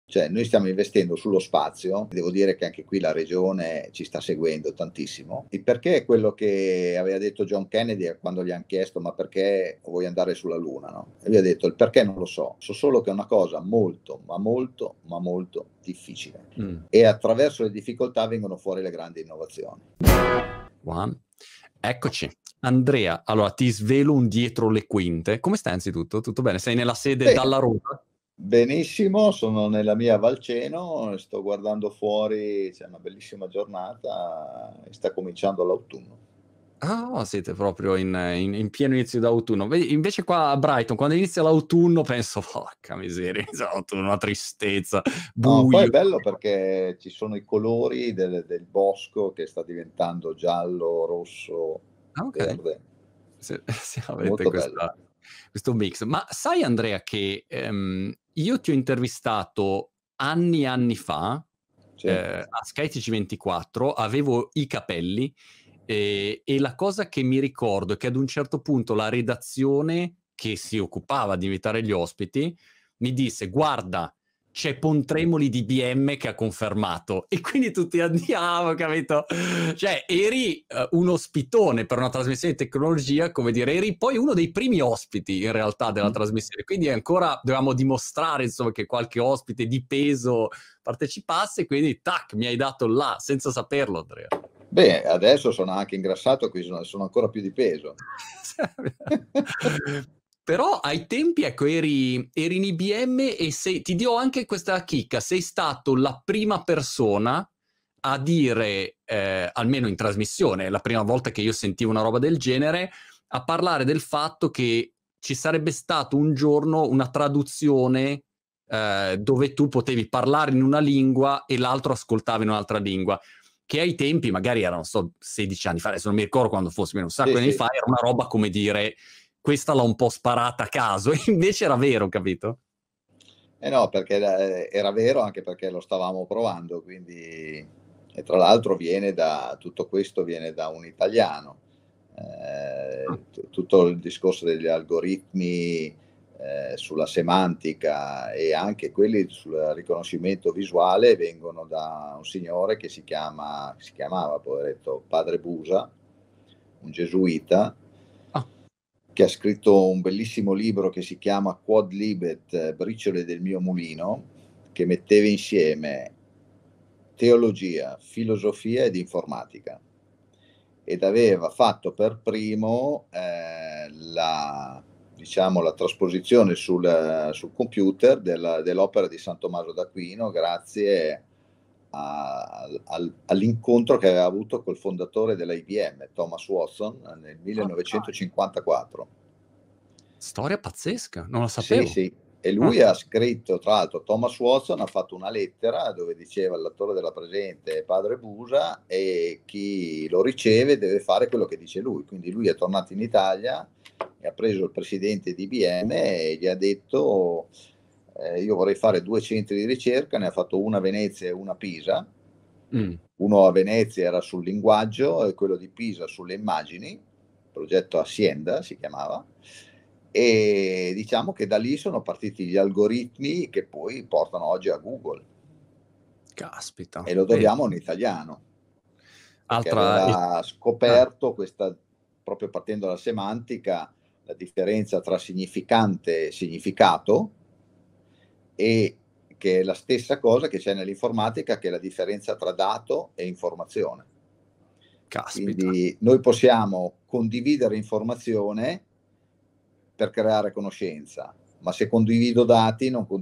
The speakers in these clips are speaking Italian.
Cioè, noi stiamo investendo sullo spazio, devo dire che anche qui la regione ci sta seguendo tantissimo. Il perché è quello che aveva detto John Kennedy quando gli hanno chiesto ma perché vuoi andare sulla Luna, no? E lui ha detto il perché non lo so solo che è una cosa molto, ma molto, ma molto difficile. E attraverso le difficoltà vengono fuori le grandi innovazioni. One. Eccoci. Andrea, allora ti svelo un dietro le quinte. Come stai anzitutto? Tutto bene? Sei nella sede Dalla Ruta? Benissimo, sono nella mia Valceno, sto guardando fuori, c'è una bellissima giornata e sta cominciando l'autunno. Ah, siete proprio in pieno inizio d'autunno. Invece qua a Brighton, quando inizia l'autunno, penso, porca miseria, inizia l'autunno, una tristezza, No, qua è buio. bello perché ci sono i colori del bosco che sta diventando giallo, rosso, Ok. verde. Se avete Molto bello. questo mix. Ma sai Andrea che io ti ho intervistato anni fa Sì. a Sky TG24, avevo i capelli e la cosa che mi ricordo è che ad un certo punto la redazione che si occupava di invitare gli ospiti mi disse guarda c'è Pontremoli di IBM che ha confermato e quindi tutti andiamo, capito? Cioè eri un ospitone per una trasmissione di tecnologia, come dire, eri poi uno dei primi ospiti in realtà della trasmissione, quindi ancora dovevamo dimostrare insomma che qualche ospite di peso partecipasse, quindi tac, mi hai dato là, senza saperlo Andrea. Beh, adesso sono anche ingrassato, qui sono ancora più di peso. Però ai tempi, ecco, eri in IBM e ti do anche questa chicca, sei stato la prima persona a dire, almeno in trasmissione, la prima volta che io sentivo una roba del genere, a parlare del fatto che ci sarebbe stato un giorno una traduzione dove tu potevi parlare in una lingua e l'altro ascoltava in un'altra lingua, che ai tempi magari erano, non so, 16 anni fa, adesso non mi ricordo quando fosse, un sacco di anni fa, era una roba come dire questa l'ho un po' sparata a caso, invece era vero, capito? No, perché era vero, anche perché lo stavamo provando, quindi e tra l'altro tutto questo viene da un italiano. Tutto il discorso degli algoritmi sulla semantica e anche quelli sul riconoscimento visuale vengono da un signore che si chiamava, poveretto, Padre Busa, un gesuita, che ha scritto un bellissimo libro che si chiama Quod Libet, Briciole del mio mulino, che metteva insieme teologia, filosofia ed informatica, ed aveva fatto per primo la trasposizione sul computer dell'opera di San Tommaso d'Aquino grazie all'incontro che aveva avuto col fondatore della IBM, Thomas Watson, nel 1954. Storia pazzesca, non lo Sì, sapevo. sì. E lui ha scritto, tra l'altro Thomas Watson ha fatto una lettera dove diceva l'attore della presente Padre Busa e chi lo riceve deve fare quello che dice lui. Quindi lui è tornato in Italia e ha preso il presidente di IBM e gli ha detto io vorrei fare 2 centri di ricerca, ne ha fatto una a Venezia e una a Pisa. Uno a Venezia era sul linguaggio e quello di Pisa sulle immagini, progetto Hacienda si chiamava, e diciamo che da lì sono partiti gli algoritmi che poi portano oggi a Google. Caspita. E lo dobbiamo a un italiano, perché aveva scoperto questa, proprio partendo dalla semantica, la differenza tra significante e significato, e che è la stessa cosa che c'è nell'informatica, che è la differenza tra dato e informazione. Caspita. Quindi noi possiamo condividere informazione per creare conoscenza, ma se condivido dati non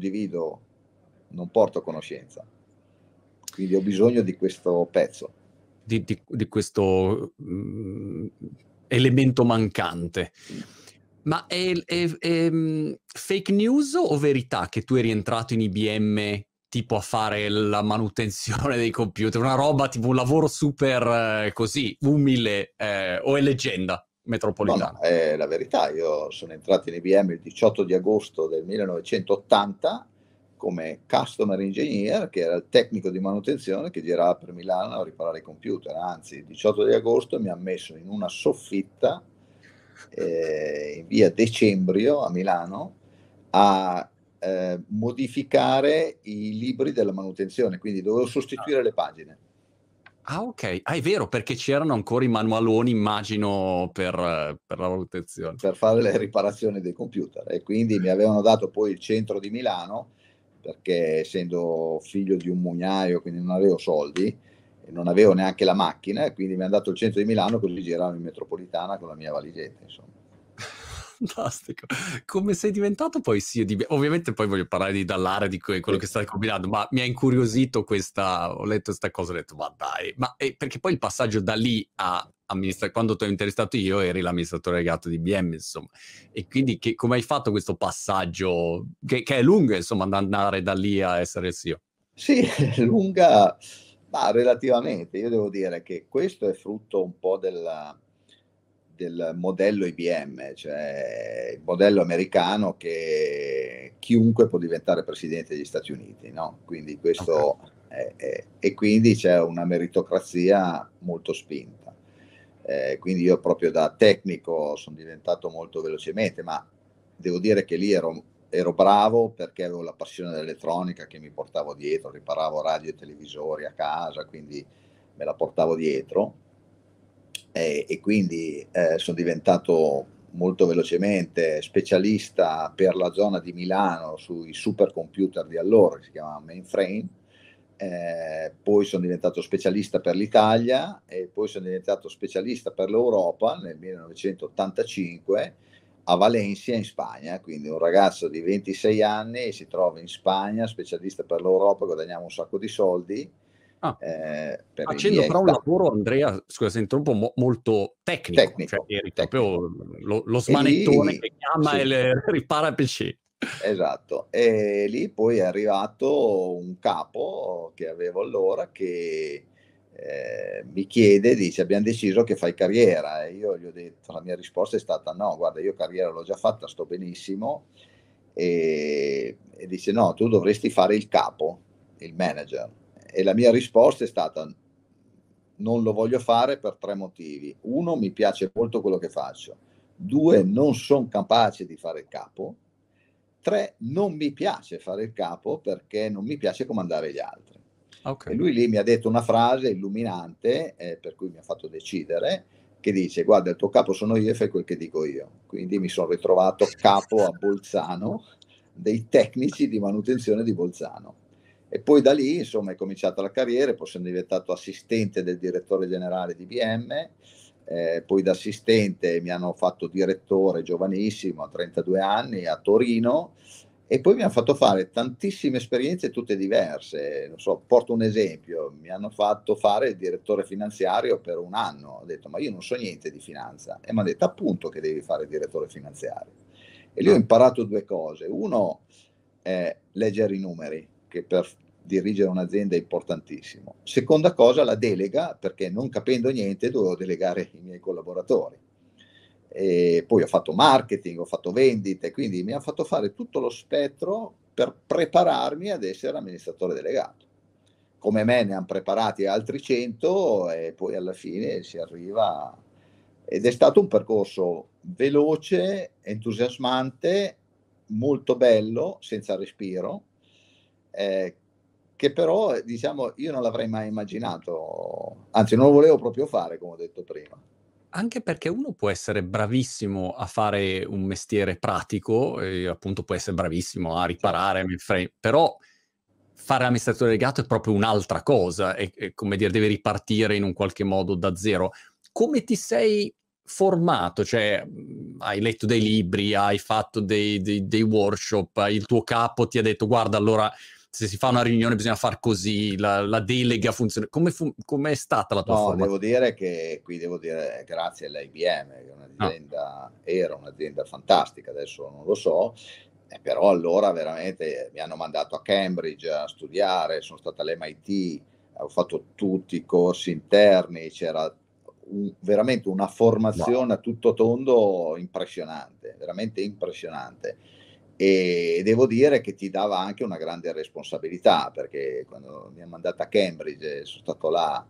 porto conoscenza. Quindi ho bisogno di questo pezzo. Di questo elemento mancante. Ma è fake news o verità che tu eri entrato in IBM tipo a fare la manutenzione dei computer? Una roba tipo un lavoro super così, umile, o è leggenda metropolitana? No, è la verità. Io sono entrato in IBM il 18 di agosto del 1980 come customer engineer, che era il tecnico di manutenzione che girava per Milano a riparare i computer. Anzi, il 18 di agosto mi ha messo in una soffitta in via Decembrio a Milano a modificare i libri della manutenzione, quindi dovevo sostituire le pagine. Ah, ok. Ah, è vero, perché c'erano ancora i manualoni, immagino, per la manutenzione. Per fare le riparazioni dei computer, e quindi mi avevano dato poi il centro di Milano, perché essendo figlio di un mugnaio, quindi non avevo soldi e non avevo neanche la macchina, e quindi mi hanno dato il centro di Milano, così giravo in metropolitana con la mia valigetta, insomma. Fantastico. Come sei diventato poi CEO di BM? Ovviamente poi voglio parlare di Dallara, di quello che stai combinando, ma mi ha incuriosito ho letto questa cosa, ho detto, ma dai, perché poi il passaggio da lì a amministratore, quando ti ho interessato io eri l'amministratore delegato di IBM, insomma, e quindi come hai fatto questo passaggio, che è lungo, insomma, andare da lì a essere CEO? Sì, è lunga, ma relativamente. Io devo dire che questo è frutto un po' del modello IBM, cioè il modello americano che chiunque può diventare presidente degli Stati Uniti, no? Quindi Okay. questo e quindi c'è una meritocrazia molto spinta. Quindi io proprio da tecnico sono diventato molto velocemente, ma devo dire che lì ero bravo perché avevo la passione dell'elettronica che mi portavo dietro, riparavo radio e televisori a casa, quindi me la portavo dietro, e quindi sono diventato molto velocemente specialista per la zona di Milano sui supercomputer di allora, che si chiamava mainframe. Poi sono diventato specialista per l'Italia e poi sono diventato specialista per l'Europa nel 1985 a Valencia in Spagna, quindi un ragazzo di 26 anni si trova in Spagna, specialista per l'Europa, guadagniamo un sacco di soldi Ah. per i Facendo miei però un lavoro, Andrea, scusa se interrompo, molto tecnico, cioè tecnico, eri proprio tecnico. lo E smanettone lì, che chiama e sì, ripara PC. esatto. E lì poi è arrivato un capo che avevo allora che mi chiede, dice: abbiamo deciso che fai carriera. E io gli ho detto, la mia risposta è stata: no, guarda, io carriera l'ho già fatta, sto benissimo. E dice: no, tu dovresti fare il capo, il manager. E la mia risposta è stata: non lo voglio fare per tre motivi. Uno, mi piace molto quello che faccio. Due, non sono capace di fare il capo. Tre, non mi piace fare il capo perché non mi piace comandare gli altri. E Okay. lui lì mi ha detto una frase illuminante, per cui mi ha fatto decidere, che dice: guarda, il tuo capo sono io e fai quel che dico io. Quindi mi sono ritrovato capo a Bolzano dei tecnici di manutenzione di Bolzano. E poi da lì, insomma, è cominciata la carriera, poi sono diventato assistente del direttore generale di IBM, poi da assistente mi hanno fatto direttore giovanissimo a 32 anni a Torino, e poi mi hanno fatto fare tantissime esperienze tutte diverse. Non so, porto un esempio: mi hanno fatto fare il direttore finanziario per un anno. Ho detto: ma io non so niente di finanza. E mi hanno detto: appunto che devi fare il direttore finanziario. E lì ho Ah. imparato due cose. Uno è leggere i numeri, che per dirigere un'azienda è importantissimo. Seconda cosa, la delega, perché non capendo niente dovevo delegare i miei collaboratori. E poi ho fatto marketing, ho fatto vendite, quindi mi ha fatto fare tutto lo spettro per prepararmi ad essere amministratore delegato. Come me ne hanno preparati altri 100 e poi alla fine si arriva, ed è stato un percorso veloce, entusiasmante, molto bello, senza respiro, eh, che però diciamo io non l'avrei mai immaginato, anzi non lo volevo proprio fare, come ho detto prima. Anche perché uno può essere bravissimo a fare un mestiere pratico, appunto può essere bravissimo a Certo. riparare mainframe, però fare amministratore delegato è proprio un'altra cosa, è come dire, devi ripartire in un qualche modo da zero. Come ti sei formato? Cioè, hai letto dei libri, hai fatto dei workshop, il tuo capo ti ha detto: "Guarda, allora se si fa una riunione bisogna far così, la delega funziona". Com'è stata la tua No, devo formazione? dire che qui devo dire grazie all'IBM, che è Ah. un'azienda, era un'azienda fantastica, adesso non lo so, però allora veramente mi hanno mandato a Cambridge a studiare, sono stato all'MIT, ho fatto tutti i corsi interni, c'era veramente una Wow. formazione a tutto tondo impressionante, veramente impressionante. E devo dire che ti dava anche una grande responsabilità, perché quando mi hanno mandato a Cambridge, sono stato là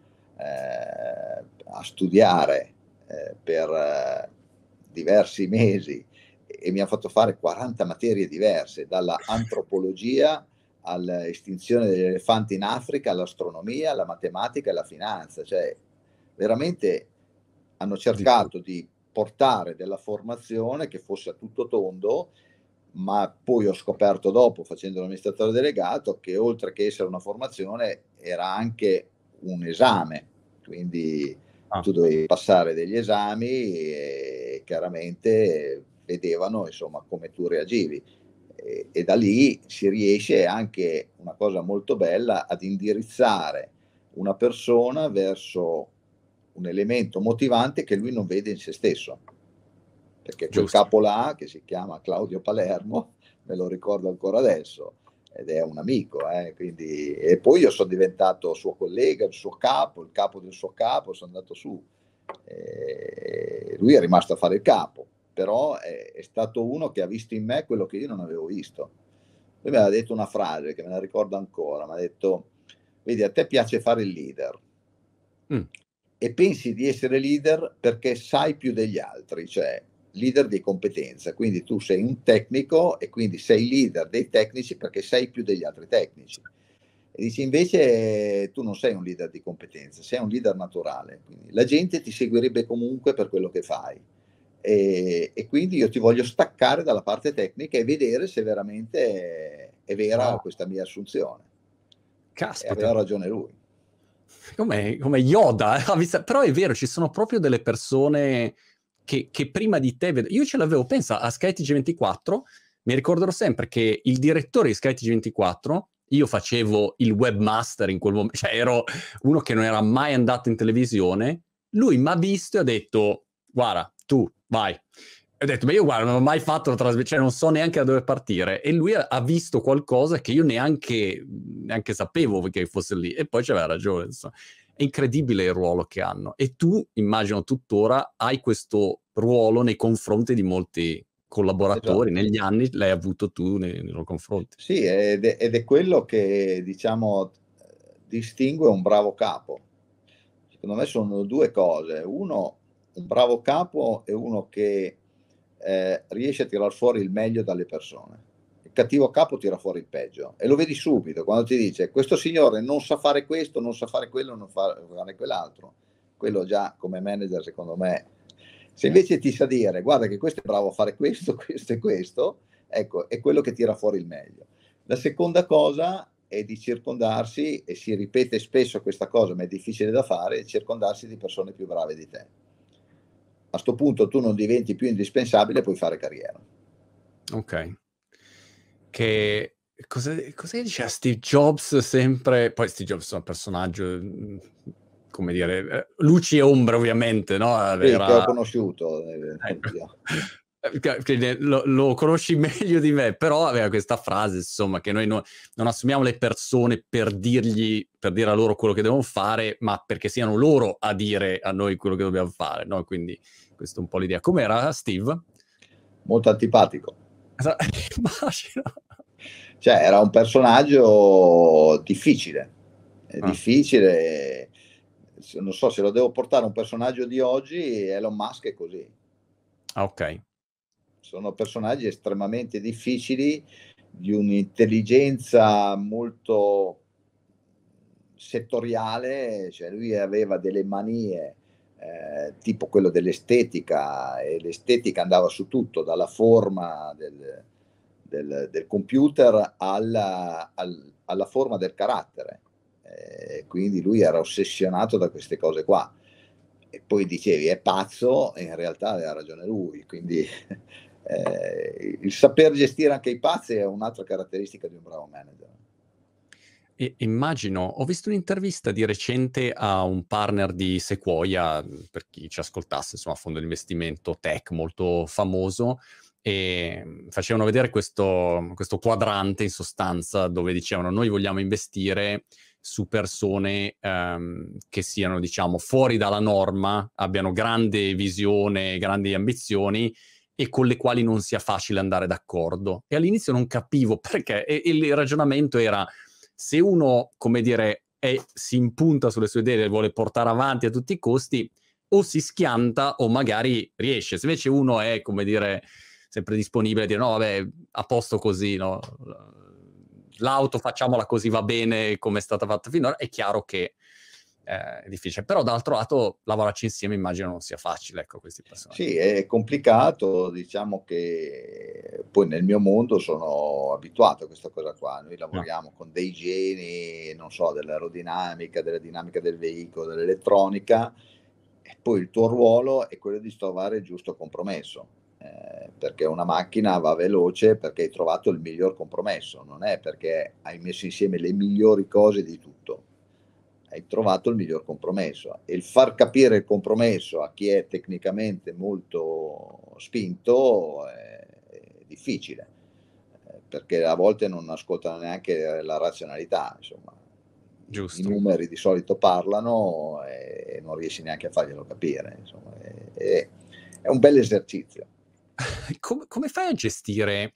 a studiare per diversi mesi, e mi ha fatto fare 40 materie diverse, dalla antropologia all'estinzione degli elefanti in Africa, all'astronomia, alla matematica e alla finanza. Cioè, veramente hanno cercato di portare della formazione che fosse a tutto tondo, ma poi ho scoperto dopo, facendo l'amministratore delegato, che oltre che essere una formazione era anche un esame, quindi tu dovevi passare degli esami e chiaramente vedevano insomma come tu reagivi, e da lì si riesce anche, una cosa molto bella, ad indirizzare una persona verso un elemento motivante che lui non vede in se stesso, perché quel capo là, che si chiama Claudio Palermo, me lo ricordo ancora adesso, ed è un amico, quindi, e poi io sono diventato suo collega, il suo capo, il capo del suo capo, sono andato su, lui è rimasto a fare il capo, però è stato uno che ha visto in me quello che io non avevo visto. Lui mi aveva detto una frase che me la ricordo ancora, mi ha detto: vedi, a te piace fare il leader e pensi di essere leader perché sai più degli altri, cioè leader di competenza, quindi tu sei un tecnico e quindi sei leader dei tecnici perché sei più degli altri tecnici. E dici invece tu non sei un leader di competenza, sei un leader naturale, quindi la gente ti seguirebbe comunque per quello che fai, e quindi io ti voglio staccare dalla parte tecnica e vedere se veramente è vera questa mia assunzione. Caspita. E aveva ragione lui. Come Yoda, però è vero, ci sono proprio delle persone che prima di te... Io ce l'avevo, pensa, a SkyTG24, mi ricorderò sempre che il direttore di SkyTG24, io facevo il webmaster in quel momento, cioè ero uno che non era mai andato in televisione, lui mi ha visto e ha detto: guarda, tu, vai. E ho detto: ma io guarda, non ho mai fatto la trasmissione, cioè non so neanche da dove partire. E lui ha visto qualcosa che io neanche sapevo che fosse lì. E poi c'aveva ragione, insomma. È incredibile il ruolo che hanno. E tu, immagino tuttora, hai questo ruolo nei confronti di molti collaboratori. Esatto. Negli anni l'hai avuto tu nei loro confronti. Sì, ed è quello che, diciamo, distingue un bravo capo. Secondo me sono due cose. Uno, un bravo capo è uno che riesce a tirar fuori il meglio dalle persone. Il cattivo capo tira fuori il peggio, e lo vedi subito quando ti dice: questo signore non sa fare questo, non sa fare quello, non fa fare quell'altro. Quello già come manager, secondo me, se invece ti sa dire: guarda che questo è bravo a fare questo, questo e questo, ecco, è quello che tira fuori il meglio. La seconda cosa è di circondarsi, e si ripete spesso questa cosa, ma è difficile da fare, circondarsi di persone più brave di te. A sto punto tu non diventi più indispensabile, puoi fare carriera. Ok. Che cosa diceva Steve Jobs sempre? Poi Steve Jobs è un personaggio, come dire, luci e ombre ovviamente, no? Sì, che ho conosciuto. Lo conosci meglio di me, però aveva questa frase, insomma, che noi non assumiamo le persone per dire a loro quello che devono fare, ma perché siano loro a dire a noi quello che dobbiamo fare, no? Quindi questa è un po' l'idea. Com'era Steve? Molto antipatico. Immagino. Cioè, era un personaggio difficile, difficile. Non so se lo devo portare a un personaggio di oggi, Elon Musk è così. Ok. Sono personaggi estremamente difficili, di un'intelligenza molto settoriale, cioè lui aveva delle manie, tipo quello dell'estetica, e l'estetica andava su tutto, dalla forma del computer alla forma del carattere. Quindi lui era ossessionato da queste cose qua. E poi dicevi è pazzo, e in realtà aveva ragione lui. Quindi il saper gestire anche i pazzi è un'altra caratteristica di un bravo manager. Immagino, ho visto un'intervista di recente a un partner di Sequoia, per chi ci ascoltasse, insomma, fondo di investimento tech molto famoso, e facevano vedere questo quadrante in sostanza, dove dicevano: noi vogliamo investire su persone che siano, diciamo, fuori dalla norma, abbiano grande visione, grandi ambizioni, e con le quali non sia facile andare d'accordo. E all'inizio non capivo perché, e il ragionamento era: se uno, come dire, si impunta sulle sue idee e le vuole portare avanti a tutti i costi, o si schianta o magari riesce. Se invece uno è, come dire, sempre disponibile a dire no, vabbè, a posto così, no? L'auto facciamola così, va bene come è stata fatta finora. È chiaro che è difficile, però dall'altro lato lavorarci insieme immagino non sia facile, ecco, questi personaggi. Sì, è complicato, diciamo che poi nel mio mondo sono abituato a questa cosa qua. Noi lavoriamo con dei geni, non so, dell'aerodinamica, della dinamica del veicolo, dell'elettronica, e poi il tuo ruolo è quello di trovare il giusto compromesso, perché una macchina va veloce perché hai trovato il miglior compromesso, non è perché hai messo insieme le migliori cose di tutto. Hai trovato il miglior compromesso, e il far capire il compromesso a chi è tecnicamente molto spinto è difficile, perché a volte non ascoltano neanche la razionalità, insomma. I Giusto. numeri di solito parlano e non riesci neanche a farglielo capire, insomma. È un bel esercizio. Come fai a gestire,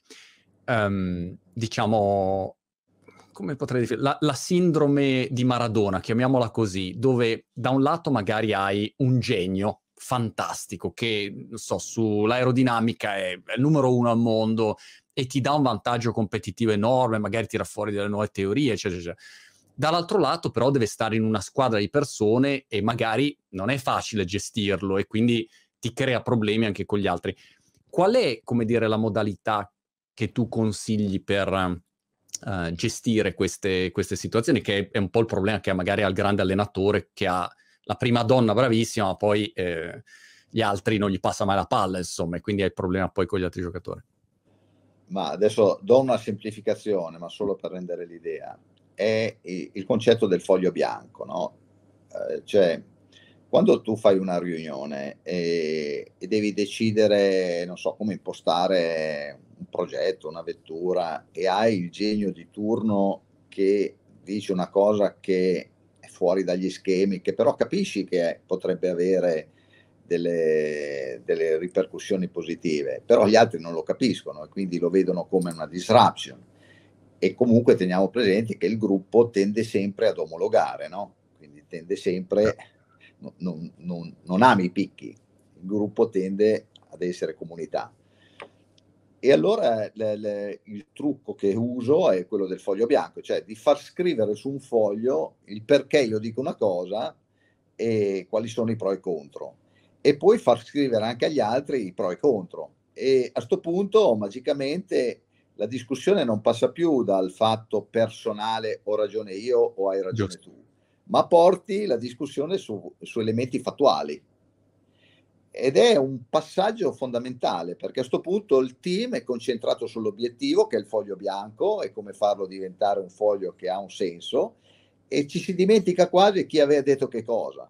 diciamo, come potrei definire, la sindrome di Maradona, chiamiamola così, dove da un lato magari hai un genio fantastico che, non so, sull'aerodinamica è il numero 1 al mondo e ti dà un vantaggio competitivo enorme, magari tira fuori delle nuove teorie, eccetera, eccetera. Dall'altro lato però deve stare in una squadra di persone e magari non è facile gestirlo e quindi ti crea problemi anche con gli altri. Qual è, come dire, la modalità che tu consigli per gestire queste situazioni, che è un po' il problema che ha magari al grande allenatore, che ha la prima donna bravissima, ma poi gli altri non gli passa mai la palla, insomma, e quindi hai il problema poi con gli altri giocatori. Ma adesso do una semplificazione, ma solo per rendere l'idea. È il concetto del foglio bianco, no? Cioè, quando tu fai una riunione e devi decidere, non so, come impostare un progetto, una vettura, e hai il genio di turno che dice una cosa che è fuori dagli schemi, che però capisci che potrebbe avere delle ripercussioni positive, però gli altri non lo capiscono e quindi lo vedono come una disruption. E comunque teniamo presente che il gruppo tende sempre ad omologare, no? Quindi tende sempre, non ami i picchi, il gruppo tende ad essere comunità. E allora il trucco che uso è quello del foglio bianco, cioè di far scrivere su un foglio il perché io dico una cosa e quali sono i pro e contro, e poi far scrivere anche agli altri i pro e contro. E a sto punto magicamente la discussione non passa più dal fatto personale ho ragione io o hai ragione Giusto. tu, ma porti la discussione su elementi fattuali. Ed è un passaggio fondamentale, perché a sto punto il team è concentrato sull'obiettivo, che è il foglio bianco, e come farlo diventare un foglio che ha un senso, e ci si dimentica quasi chi aveva detto che cosa.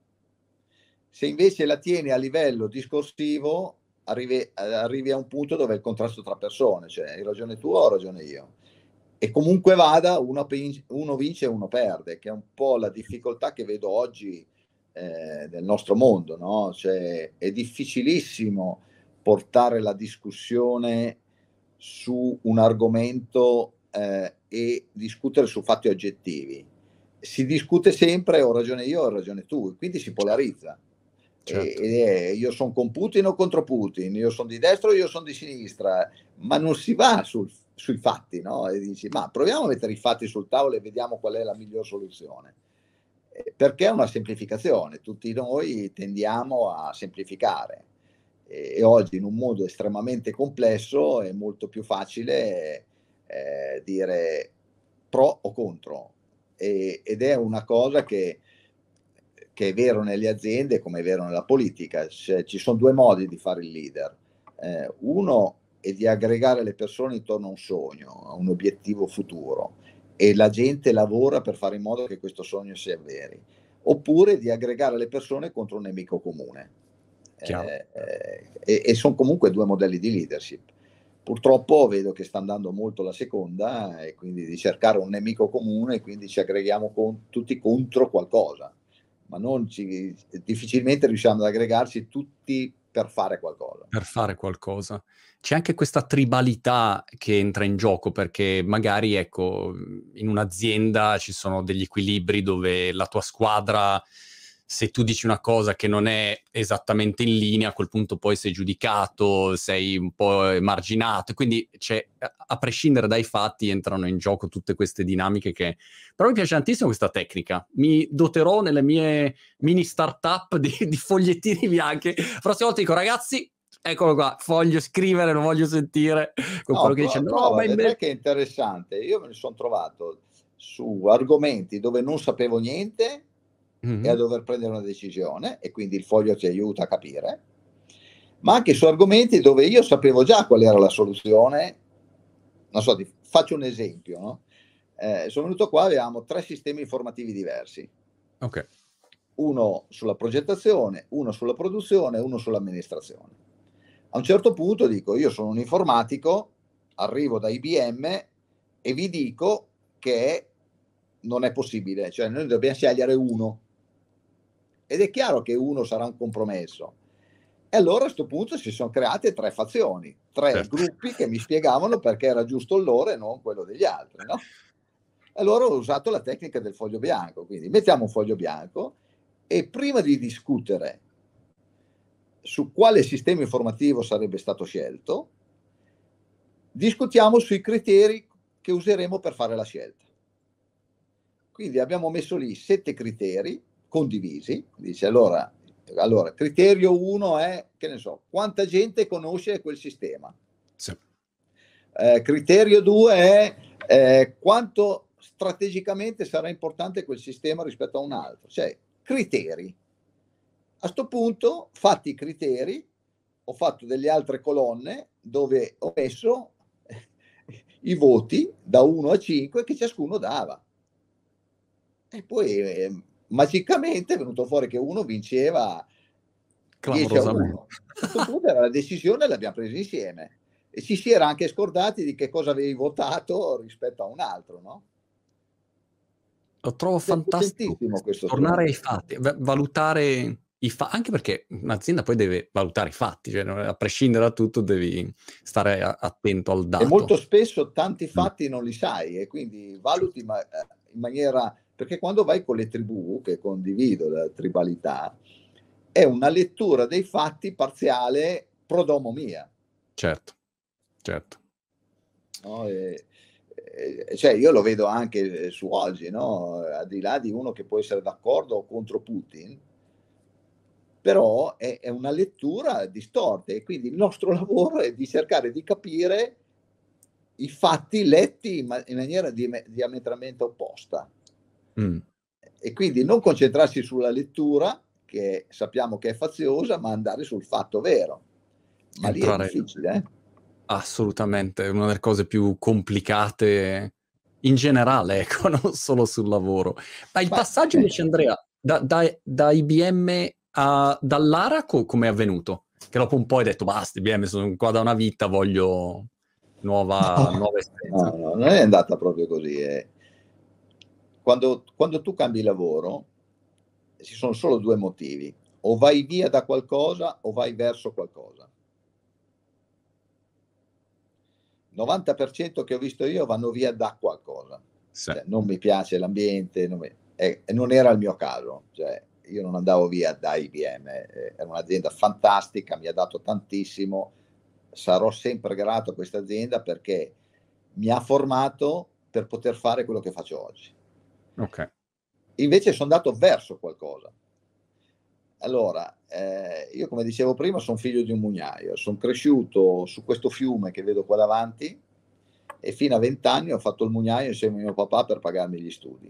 Se invece la tieni a livello discorsivo, arrivi a un punto dove è il contrasto tra persone, cioè hai ragione tu o ho ragione io. E comunque vada, uno vince e uno perde, che è un po' la difficoltà che vedo oggi nel nostro mondo, no? Cioè, è difficilissimo portare la discussione su un argomento e discutere su fatti oggettivi. Si discute sempre ho ragione io, ho ragione tu, e quindi si polarizza. Certo. Io sono con Putin o contro Putin, io sono di destra o io sono di sinistra, ma non si va sui fatti, no? E dici, ma proviamo a mettere i fatti sul tavolo e vediamo qual è la miglior soluzione. Perché è una semplificazione, tutti noi tendiamo a semplificare e oggi in un mondo estremamente complesso è molto più facile dire pro o contro, ed è una cosa che è vero nelle aziende come è vero nella politica. Cioè, ci sono due modi di fare il leader. Uno è di aggregare le persone intorno a un sogno, a un obiettivo futuro, e la gente lavora per fare in modo che questo sogno si avveri. Oppure di aggregare le persone contro un nemico comune. E sono comunque due modelli di leadership. Purtroppo vedo che sta andando molto la seconda, e quindi di cercare un nemico comune, e quindi ci aggreghiamo tutti contro qualcosa, ma difficilmente riusciamo ad aggregarci tutti per fare qualcosa. Per fare qualcosa. C'è anche questa tribalità che entra in gioco, perché magari, ecco, in un'azienda ci sono degli equilibri dove la tua squadra se tu dici una cosa che non è esattamente in linea, a quel punto poi sei giudicato, sei un po' emarginato, quindi a prescindere dai fatti entrano in gioco tutte queste dinamiche che... Però mi piace tantissimo questa tecnica, mi doterò nelle mie mini startup di fogliettini bianchi. La prossima volta dico, ragazzi, eccolo qua, voglio scrivere, non voglio sentire con quello No, che dice, no, prova, ma vedrai che è interessante. Io me ne sono trovato su argomenti dove non sapevo niente e a dover prendere una decisione, e quindi il foglio ti aiuta a capire, ma anche su argomenti dove io sapevo già qual era la soluzione. Non so, faccio un esempio, no? Sono venuto qua, avevamo 3 sistemi informativi diversi. Ok. Uno sulla progettazione, uno sulla produzione, uno sull'amministrazione. A un certo punto dico, io sono un informatico, arrivo da IBM e vi dico che non è possibile, cioè noi dobbiamo scegliere uno. Ed è chiaro che uno sarà un compromesso. E allora a questo punto si sono create 3 fazioni, 3 Certo. gruppi che mi spiegavano perché era giusto il loro e non quello degli altri, no? Allora ho usato la tecnica del foglio bianco, quindi mettiamo un foglio bianco e prima di discutere su quale sistema informativo sarebbe stato scelto, discutiamo sui criteri che useremo per fare la scelta. Quindi abbiamo messo lì 7 criteri condivisi. Dice allora criterio 1 è, che ne so, quanta gente conosce quel sistema. Sì. Criterio 2 è quanto strategicamente sarà importante quel sistema rispetto a un altro. Cioè, criteri. A sto punto, fatti i criteri, ho fatto delle altre colonne dove ho messo i voti da 1 a 5 che ciascuno dava. E poi magicamente è venuto fuori che uno vinceva 10-1. A questo punto era la decisione, l'abbiamo presa insieme e ci si era anche scordati di che cosa avevi votato rispetto a un altro, no? Lo trovo fantastico questo tornare ai fatti, valutare i fatti, anche perché un'azienda poi deve valutare i fatti, cioè a prescindere da tutto devi stare attento al dato. E molto spesso tanti fatti non li sai e quindi valuti in maniera... Perché quando vai con le tribù, che condivido la tribalità, è una lettura dei fatti parziale pro domo mia. Certo, certo. No? Cioè io lo vedo anche su oggi, no? Al di là di uno che può essere d'accordo o contro Putin, però è una lettura distorta e quindi il nostro lavoro è di cercare di capire i fatti letti in maniera diametralmente opposta. E quindi non concentrarsi sulla lettura, che sappiamo che è faziosa, ma andare sul fatto vero. Ma lì è difficile, Assolutamente, è una delle cose più complicate in generale, ecco, non solo sul lavoro. Ma il passaggio invece, Andrea, da IBM dall'Ara come è avvenuto? Che dopo un po' hai detto, basta, IBM, sono qua da una vita, voglio nuova esperienza. No, non è andata proprio così. Quando tu cambi lavoro, ci sono solo 2 motivi. O vai via da qualcosa o vai verso qualcosa. 90% che ho visto io vanno via da qualcosa. Sì. Cioè, non mi piace l'ambiente, non era il mio caso. Cioè, io non andavo via da IBM, era un'azienda fantastica, mi ha dato tantissimo, sarò sempre grato a questa azienda perché mi ha formato per poter fare quello che faccio oggi. Ok. Invece sono andato verso qualcosa. Allora, io come dicevo prima sono figlio di un mugnaio, sono cresciuto su questo fiume che vedo qua davanti e fino a 20 anni ho fatto il mugnaio insieme a mio papà per pagarmi gli studi.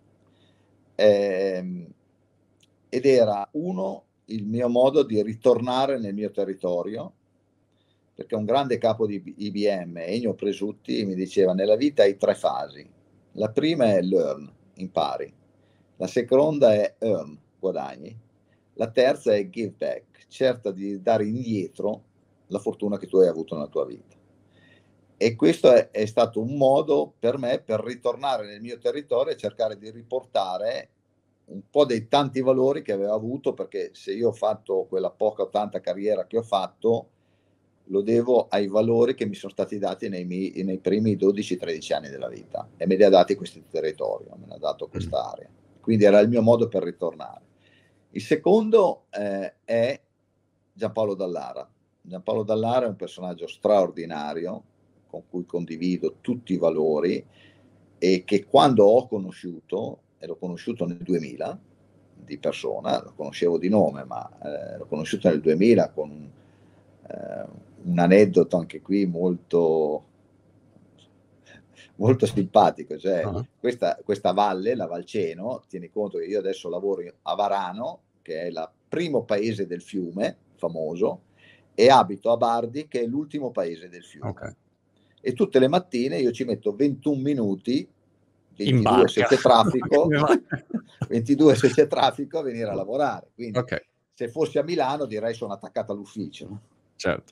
Ed era il mio modo di ritornare nel mio territorio, perché un grande capo di IBM, Ennio Presutti, mi diceva: nella vita hai 3 fasi. La prima è learn, impari. La seconda è earn, guadagni. La terza è give back, cerca di dare indietro la fortuna che tu hai avuto nella tua vita. E questo è stato un modo per me per ritornare nel mio territorio e cercare di riportare un po' dei tanti valori che avevo avuto, perché se io ho fatto quella poca o tanta carriera che ho fatto, lo devo ai valori che mi sono stati dati nei primi 12-13 anni della vita, e me li ha dati questo territorio, me ne ha dato quest'area. Quindi era il mio modo per ritornare. Il secondo è Giampaolo Dallara. Giampaolo Dallara è un personaggio straordinario con cui condivido tutti i valori e che quando ho conosciuto, e l'ho conosciuto nel 2000 di persona, lo conoscevo di nome, ma l'ho conosciuto nel 2000 con un aneddoto anche qui molto, molto simpatico, cioè Ah, questa valle, la Valceno, tieni conto che io adesso lavoro a Varano, che è il primo paese del fiume, famoso, e abito a Bardi, che è l'ultimo paese del ok. fiume. E tutte le mattine io ci metto 21 minuti, In 22 se barca. c'è traffico, Come va? 22 se c'è traffico a venire a lavorare. Quindi Ok, se fossi a Milano direi sono attaccato all'ufficio. certo.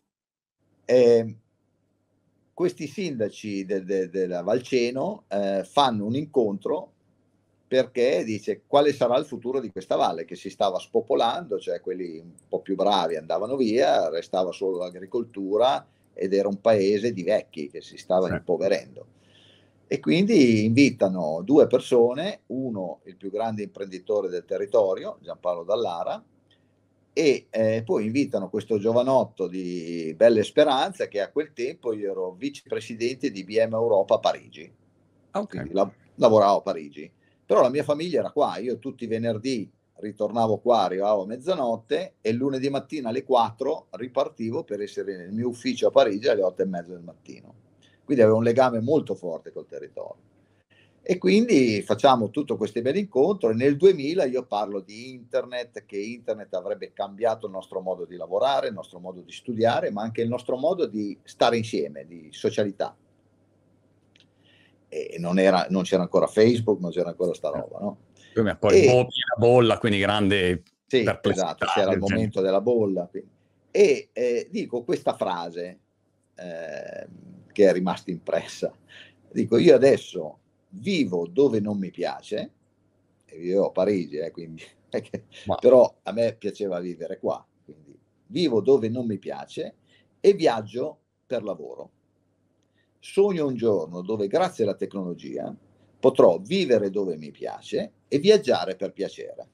Questi sindaci della Valceno fanno un incontro perché dice quale sarà il futuro di questa valle che si stava spopolando, cioè quelli un po' più bravi andavano via, restava solo l'agricoltura ed era un paese di vecchi che si stava Sì. impoverendo. E quindi invitano due persone, uno il più grande imprenditore del territorio, Giampaolo Dallara, e poi invitano questo giovanotto di belle speranze che a quel tempo io ero vicepresidente di IBM Europa a Parigi, Ok. quindi lavoravo a Parigi, però la mia famiglia era qua, io tutti i venerdì ritornavo qua, arrivavo a mezzanotte e il lunedì mattina alle 4 ripartivo per essere nel mio ufficio a Parigi alle 8:30 del mattino, quindi avevo un legame molto forte col territorio. E quindi facciamo tutto questo bel incontro e nel 2000 io parlo di internet, che internet avrebbe cambiato il nostro modo di lavorare, il nostro modo di studiare, ma anche il nostro modo di stare insieme, di socialità. E non c'era ancora Facebook, non c'era ancora sta roba, no? Poi E piena bolla, quindi grande sì, esatto, perplessità c'era il del genere. momento della bolla. E dico questa frase che è rimasta impressa. Dico, io adesso vivo dove non mi piace, e vivevo a Parigi, quindi, Wow. però a me piaceva vivere qua, quindi vivo dove non mi piace e viaggio per lavoro. Sogno un giorno dove grazie alla tecnologia potrò vivere dove mi piace e viaggiare per piacere.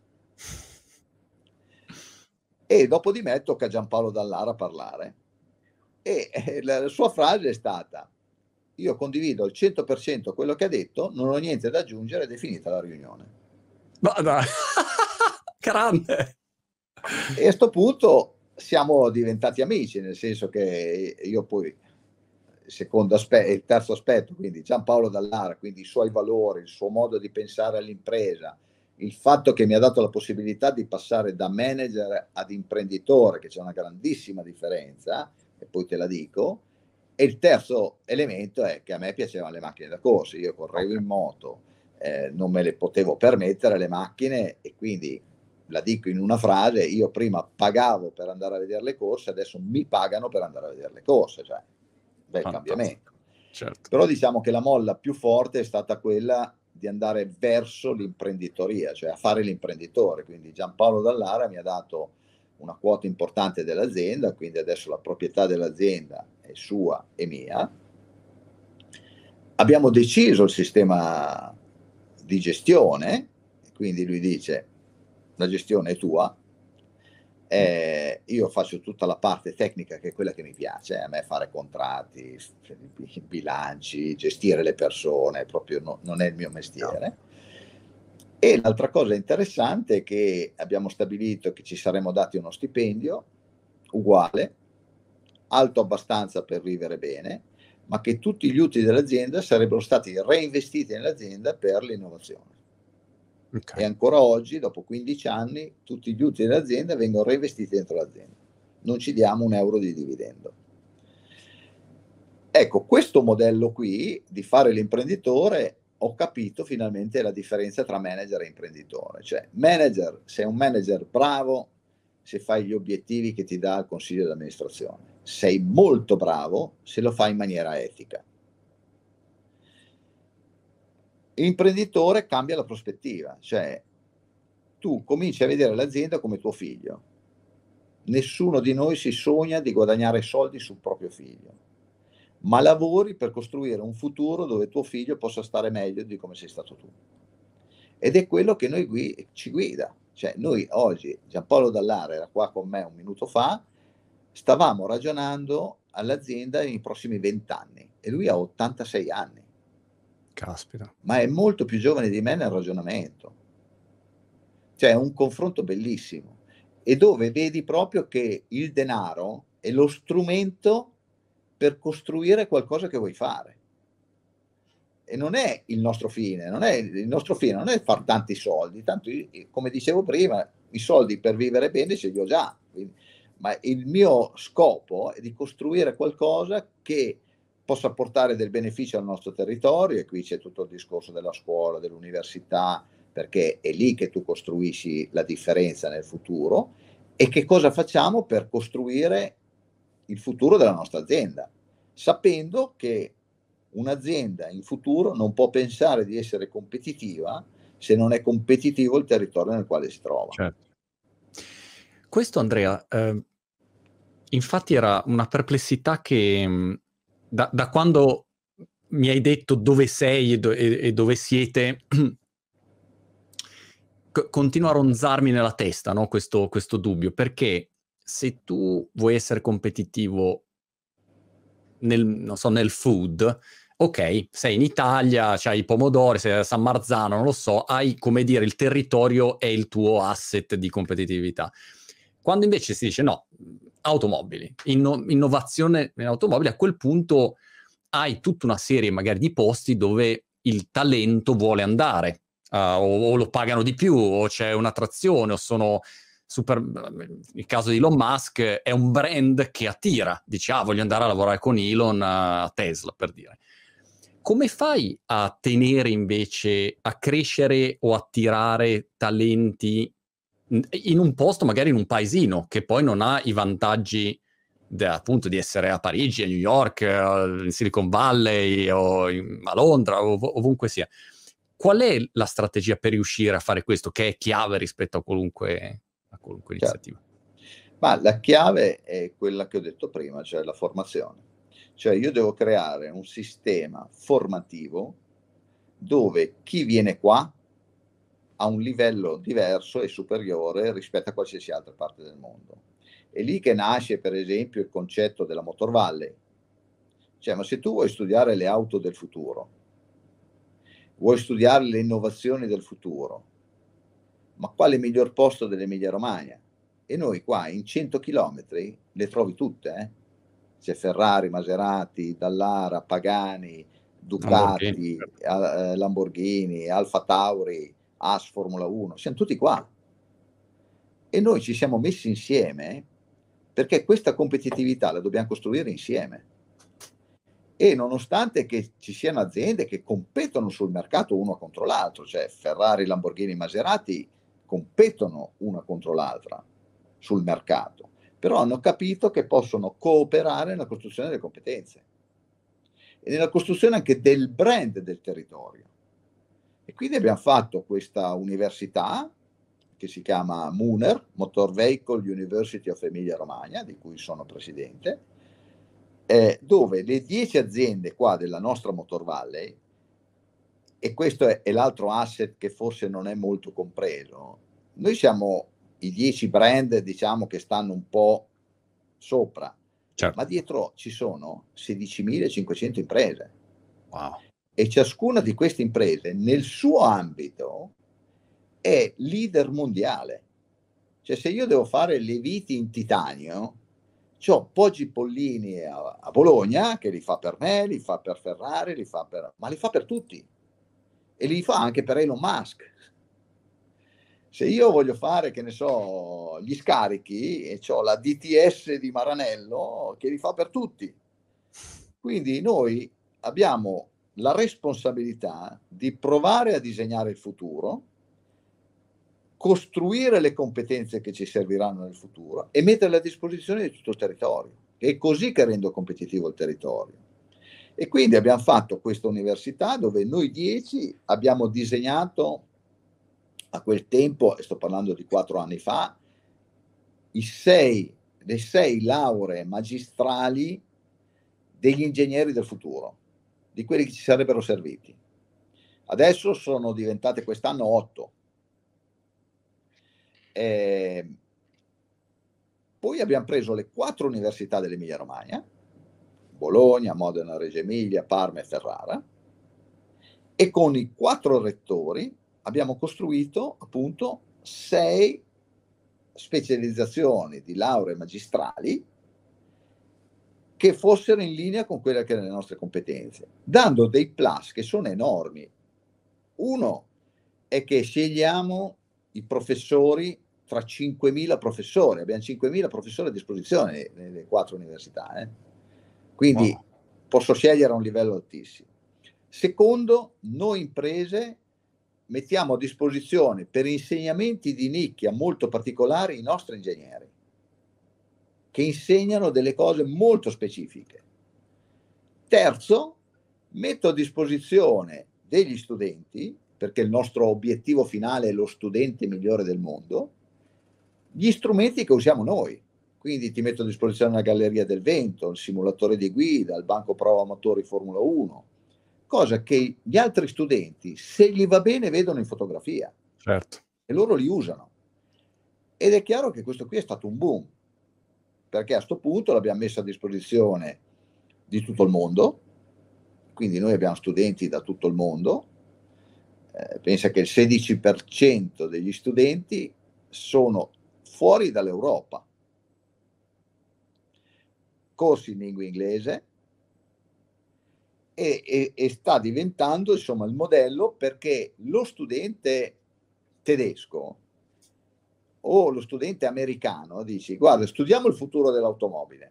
E dopo di me tocca a Giampaolo Dallara parlare. E la sua frase è stata: io condivido al 100% quello che ha detto, non ho niente da aggiungere ed è finita la riunione. Ma dai. Grande. E a sto punto siamo diventati amici, nel senso che io poi, il terzo aspetto, quindi Giampaolo Dallara, quindi i suoi valori, il suo modo di pensare all'impresa, il fatto che mi ha dato la possibilità di passare da manager ad imprenditore, che c'è una grandissima differenza, e poi te la dico. E il terzo elemento è che a me piacevano le macchine da corsa, io correvo Ok. in moto, non me le potevo permettere le macchine e quindi la dico in una frase, io prima pagavo per andare a vedere le corse, adesso mi pagano per andare a vedere le corse, cioè bel Fantastico. cambiamento. Certo. Però diciamo che la molla più forte è stata quella di andare verso l'imprenditoria, cioè a fare l'imprenditore, quindi Giampaolo Dallara mi ha dato una quota importante dell'azienda, quindi adesso la proprietà dell'azienda è sua e mia. Abbiamo deciso il sistema di gestione, quindi lui dice la gestione è tua, io faccio tutta la parte tecnica che è quella che mi piace, a me fare contratti, bilanci, gestire le persone, proprio non è il mio mestiere. E l'altra cosa interessante è che abbiamo stabilito che ci saremmo dati uno stipendio uguale, alto abbastanza per vivere bene, ma che tutti gli utili dell'azienda sarebbero stati reinvestiti nell'azienda per l'innovazione. Ok. E ancora oggi, dopo 15 anni, tutti gli utili dell'azienda vengono reinvestiti dentro l'azienda. Non ci diamo un euro di dividendo. Ecco, questo modello qui di fare l'imprenditore, ho capito finalmente la differenza tra manager e imprenditore. Cioè, manager, sei un manager bravo se fai gli obiettivi che ti dà il consiglio di amministrazione. Sei molto bravo se lo fai in maniera etica. L'imprenditore cambia la prospettiva, cioè tu cominci a vedere l'azienda come tuo figlio. Nessuno di noi si sogna di guadagnare soldi sul proprio figlio, ma lavori per costruire un futuro dove tuo figlio possa stare meglio di come sei stato tu. Ed è quello che ci guida. Cioè noi oggi, Giampaolo Dall'Ara era qua con me un minuto fa, stavamo ragionando all'azienda nei prossimi 20 anni e lui ha 86 anni. Caspita. Ma è molto più giovane di me nel ragionamento. Cioè è un confronto bellissimo e dove vedi proprio che il denaro è lo strumento per costruire qualcosa che vuoi fare. E non è il nostro fine, il nostro fine non è far tanti soldi, tanto io, come dicevo prima, i soldi per vivere bene ce li ho già, quindi, ma il mio scopo è di costruire qualcosa che possa portare del beneficio al nostro territorio, e qui c'è tutto il discorso della scuola, dell'università, perché è lì che tu costruisci la differenza nel futuro. E che cosa facciamo per costruire il futuro della nostra azienda, sapendo che un'azienda in futuro non può pensare di essere competitiva se non è competitivo il territorio nel quale si trova. Certo. Questo, Andrea, infatti era una perplessità che da quando mi hai detto dove sei e dove siete, continua a ronzarmi nella testa, no? Questo dubbio, perché se tu vuoi essere competitivo non so, nel food, ok, sei in Italia, c'hai i pomodori, sei a San Marzano, non lo so, hai, come dire, il territorio è il tuo asset di competitività. Quando invece si dice no, automobili, innovazione in automobili, a quel punto hai tutta una serie magari di posti dove il talento vuole andare, o lo pagano di più, o c'è un'attrazione, o sono super. Il caso di Elon Musk è un brand che attira, dici voglio andare a lavorare con Elon a Tesla, per dire. Come fai a tenere invece, a crescere o attirare talenti in un posto, magari in un paesino, che poi non ha i vantaggi appunto di essere a Parigi, a New York, in Silicon Valley o a Londra, ovunque sia? Qual è la strategia per riuscire a fare questo, che è chiave rispetto a qualunque iniziativa? Ma la chiave è quella che ho detto prima, cioè la formazione. Cioè io devo creare un sistema formativo dove chi viene qua ha un livello diverso e superiore rispetto a qualsiasi altra parte del mondo. È lì che nasce, per esempio, il concetto della Motor Valley. Cioè, ma se tu vuoi studiare le auto del futuro, vuoi studiare le innovazioni del futuro, ma quale miglior posto dell'Emilia Romagna? E noi qua in 100 chilometri le trovi tutte, eh? C'è Ferrari, Maserati, Dallara, Pagani, Lamborghini. Ducati, Lamborghini, Alfa Tauri, Haas Formula 1, siamo tutti qua. E noi ci siamo messi insieme perché questa competitività la dobbiamo costruire insieme. E nonostante che ci siano aziende che competono sul mercato uno contro l'altro, cioè Ferrari, Lamborghini, Maserati competono una contro l'altra sul mercato, però hanno capito che possono cooperare nella costruzione delle competenze e nella costruzione anche del brand del territorio. E quindi abbiamo fatto questa università che si chiama MUNER, Motor Vehicle University of Emilia Romagna, di cui sono presidente, dove le 10 aziende qua della nostra Motor Valley, e questo è l'altro asset che forse non è molto compreso, noi siamo i 10 brand, diciamo, che stanno un po' sopra, Certo. ma dietro ci sono 16.500 imprese. Wow. E ciascuna di queste imprese nel suo ambito è leader mondiale. Cioè, se io devo fare le viti in titanio, c'ho Poggi Pollini a Bologna che li fa per me, li fa per Ferrari, ma li fa per tutti e li fa anche per Elon Musk. Se io voglio fare, che ne so, gli scarichi, e c'ho la DTS di Maranello che li fa per tutti. Quindi noi abbiamo la responsabilità di provare a disegnare il futuro, costruire le competenze che ci serviranno nel futuro e metterle a disposizione di tutto il territorio. È così che rendo competitivo il territorio. E quindi abbiamo fatto questa università dove noi 10 abbiamo disegnato a quel tempo, e sto parlando di 4 anni fa, le 6 lauree magistrali degli ingegneri del futuro, di quelli che ci sarebbero serviti. Adesso sono diventate quest'anno 8. Poi abbiamo preso le 4 università dell'Emilia Romagna, Bologna, Modena, Reggio Emilia, Parma e Ferrara, e con i 4 rettori abbiamo costruito appunto 6 specializzazioni di lauree magistrali che fossero in linea con quelle che erano le nostre competenze, dando dei plus che sono enormi. Uno è che scegliamo i professori tra 5.000 professori, abbiamo 5.000 professori a disposizione nelle 4 università, quindi posso scegliere a un livello altissimo. Secondo, noi imprese mettiamo a disposizione per insegnamenti di nicchia molto particolari i nostri ingegneri, che insegnano delle cose molto specifiche. Terzo, metto a disposizione degli studenti, perché il nostro obiettivo finale è lo studente migliore del mondo, gli strumenti che usiamo noi. Quindi ti metto a disposizione una galleria del vento, il simulatore di guida, il banco prova motori Formula 1, cosa che gli altri studenti, se gli va bene, vedono in fotografia. Certo. E loro li usano. Ed è chiaro che questo qui è stato un boom, perché a questo punto l'abbiamo messo a disposizione di tutto il mondo, quindi noi abbiamo studenti da tutto il mondo. Pensa che il 16% degli studenti sono fuori dall'Europa. Corsi in lingua inglese, e sta diventando insomma il modello, perché lo studente tedesco o lo studente americano dici: guarda, studiamo il futuro dell'automobile,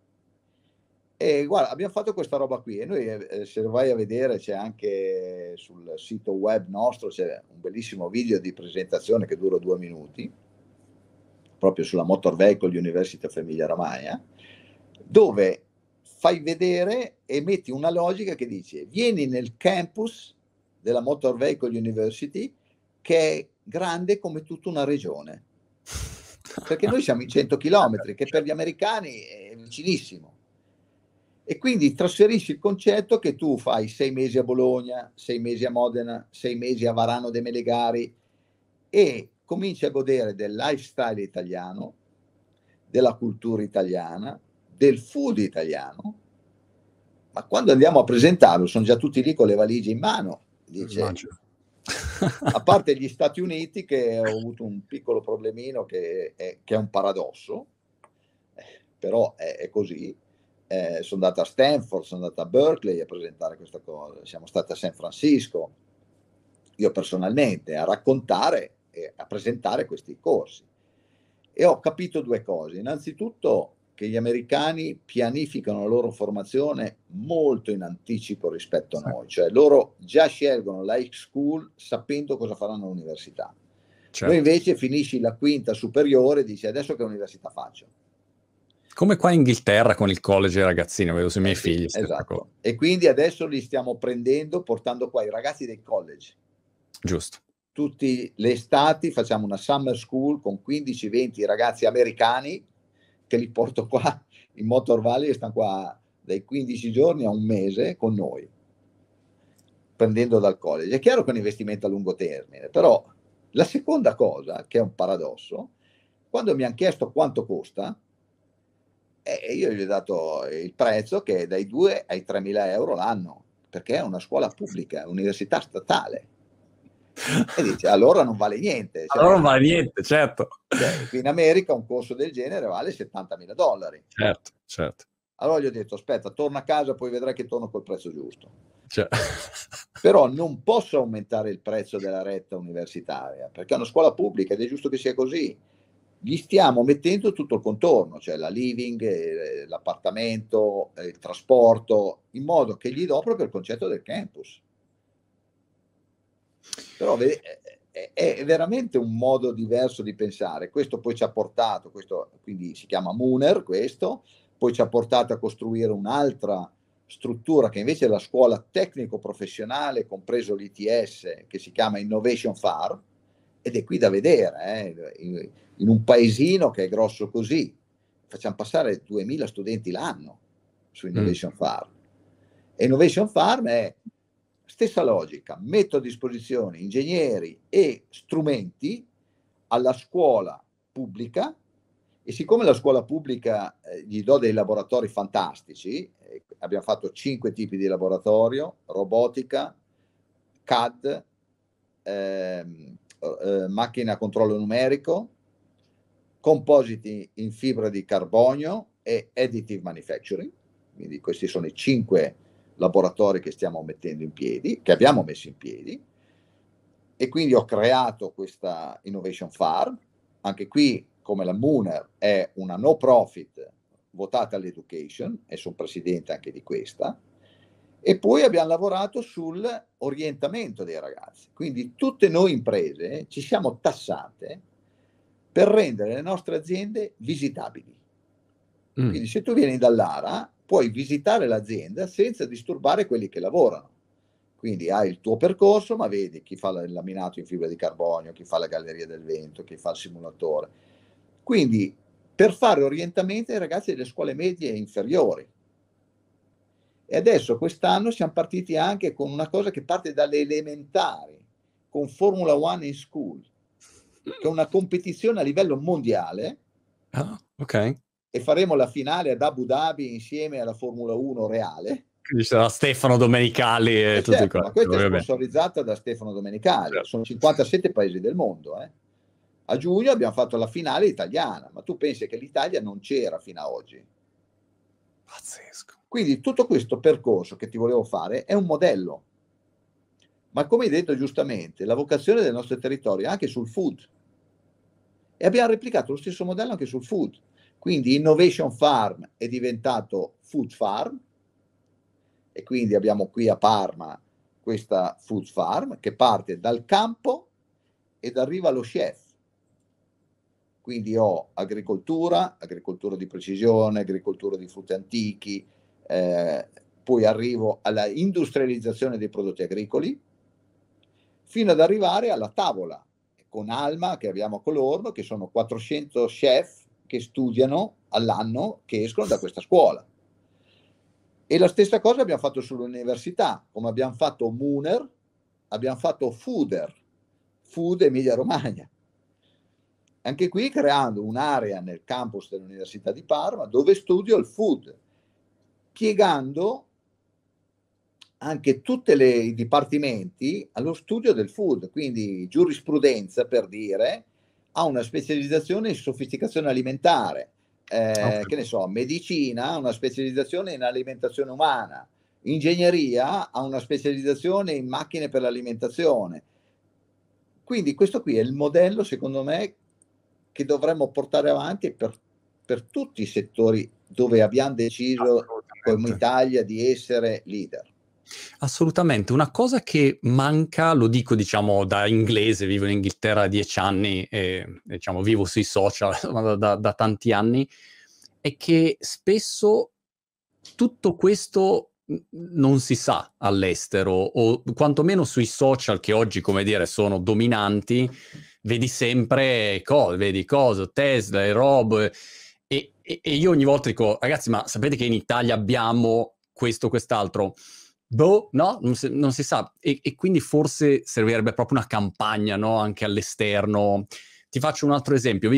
e guarda, abbiamo fatto questa roba qui, e noi se vai a vedere, c'è anche sul sito web nostro, c'è un bellissimo video di presentazione che dura 2 minuti proprio sulla Motor Vehicle University of Emilia Romagna, dove fai vedere e metti una logica che dice: vieni nel campus della Motor Vehicle University, che è grande come tutta una regione, perché noi siamo in 100 chilometri, che per gli americani è vicinissimo, e quindi trasferisci il concetto che tu fai 6 mesi a Bologna, 6 mesi a Modena, 6 mesi a Varano de' Melegari, e cominci a godere del lifestyle italiano, della cultura italiana, del food italiano. Ma quando andiamo a presentarlo sono già tutti lì con le valigie in mano, dice. A parte gli Stati Uniti, che ho avuto un piccolo problemino che è un paradosso, però è così. Sono andato a Stanford, sono andato a Berkeley a presentare questa cosa, siamo stati a San Francisco, io personalmente, a raccontare e a presentare questi corsi, e ho capito 2 cose. Innanzitutto che gli americani pianificano la loro formazione molto in anticipo rispetto a noi, cioè loro già scelgono l'high school sapendo cosa faranno all'università. Certo. Noi invece finisci la quinta superiore e dici: adesso che università faccio? Come qua in Inghilterra con il college ai ragazzini, vedo sui miei figli. Esatto. E quindi adesso li stiamo prendendo, portando qua i ragazzi dei college. Giusto. Tutte le estati facciamo una summer school con 15-20 ragazzi americani, che li porto qua in Motor Valley, e stanno qua dai 15 giorni a un mese con noi, prendendo dal college. È chiaro che è un investimento a lungo termine, però la seconda cosa, che è un paradosso, quando mi hanno chiesto quanto costa, io gli ho dato il prezzo, che è dai 2 ai 3.000 euro l'anno, perché è una scuola pubblica, università statale. E dice: allora non vale niente. Allora non vale niente, certo. Qui in America un corso del genere vale $70.000. Certo, certo. Allora gli ho detto: aspetta, torna a casa, poi vedrai che torno col prezzo giusto. Certo. Però non posso aumentare il prezzo della retta universitaria, perché è una scuola pubblica ed è giusto che sia così. Gli stiamo mettendo tutto il contorno, cioè la living, l'appartamento, il trasporto, in modo che gli do proprio il concetto del campus. Però è veramente un modo diverso di pensare. Questo poi ci ha portato, questo quindi si chiama Mooner, questo poi ci ha portato a costruire un'altra struttura che invece è la scuola tecnico-professionale, compreso l'ITS, che si chiama Innovation Farm, ed è qui da vedere, in un paesino che è grosso così, facciamo passare 2.000 studenti l'anno su Innovation Farm. E Innovation Farm è stessa logica, metto a disposizione ingegneri e strumenti alla scuola pubblica, e siccome la scuola pubblica gli do dei laboratori fantastici, abbiamo fatto 5 tipi di laboratorio: robotica, CAD, macchina a controllo numerico, compositi in fibra di carbonio e additive manufacturing. Quindi questi sono i 5 laboratori che stiamo mettendo in piedi, che abbiamo messo in piedi, e quindi ho creato questa Innovation Farm. Anche qui, come la Mooner, è una no profit votata all'education, e sono presidente anche di questa. E poi abbiamo lavorato sull'orientamento dei ragazzi, quindi tutte noi imprese ci siamo tassate per rendere le nostre aziende visitabili. Quindi se tu vieni dall'ARA puoi visitare l'azienda senza disturbare quelli che lavorano. Quindi hai il tuo percorso, ma vedi chi fa il laminato in fibra di carbonio, chi fa la galleria del vento, chi fa il simulatore. Quindi per fare orientamento ai ragazzi delle scuole medie e inferiori. E adesso quest'anno siamo partiti anche con una cosa che parte dalle elementari, con Formula One in School, che è una competizione a livello mondiale. Ok. E faremo la finale ad Abu Dhabi insieme alla Formula 1 reale. Quindi sarà Stefano Domenicali e tutti certo, ma questa è ovviamente sponsorizzata da Stefano Domenicali. certo. Sono 57 paesi del mondo. A giugno abbiamo fatto la finale italiana, ma tu pensi che l'Italia non c'era fino a oggi. Pazzesco. Quindi tutto questo percorso che ti volevo fare è un modello. Ma come hai detto giustamente, la vocazione del nostro territorio è anche sul food. E abbiamo replicato lo stesso modello anche sul food. Quindi Innovation Farm è diventato Food Farm, e quindi abbiamo qui a Parma questa Food Farm che parte dal campo ed arriva allo chef. Quindi ho agricoltura di precisione, agricoltura di frutti antichi, poi arrivo alla industrializzazione dei prodotti agricoli, fino ad arrivare alla tavola, con Alma che abbiamo a Colorno, che sono 400 chef che studiano all'anno, che escono da questa scuola. E la stessa cosa abbiamo fatto sull'università, come abbiamo fatto Mooner, abbiamo fatto Fooder, Food Emilia Romagna. Anche qui creando un'area nel campus dell'Università di Parma dove studio il food, piegando anche tutti i dipartimenti allo studio del food. Quindi giurisprudenza, per dire, ha una specializzazione in sofisticazione alimentare, che ne so, medicina ha una specializzazione in alimentazione umana, ingegneria ha una specializzazione in macchine per l'alimentazione. Quindi questo qui è il modello, secondo me, che dovremmo portare avanti per tutti i settori dove abbiamo deciso come Italia di essere leader. Assolutamente, una cosa che manca, lo dico diciamo da inglese, vivo in Inghilterra da 10 anni e diciamo vivo sui social da tanti anni, è che spesso tutto questo non si sa all'estero, o quantomeno sui social che oggi, come dire, sono dominanti, vedi sempre vedi cose, Tesla e robe, e io ogni volta dico, ragazzi, ma sapete che in Italia abbiamo questo, quest'altro? Boh, no, non si sa. E quindi forse servirebbe proprio una campagna, no? Anche all'esterno. Ti faccio un altro esempio.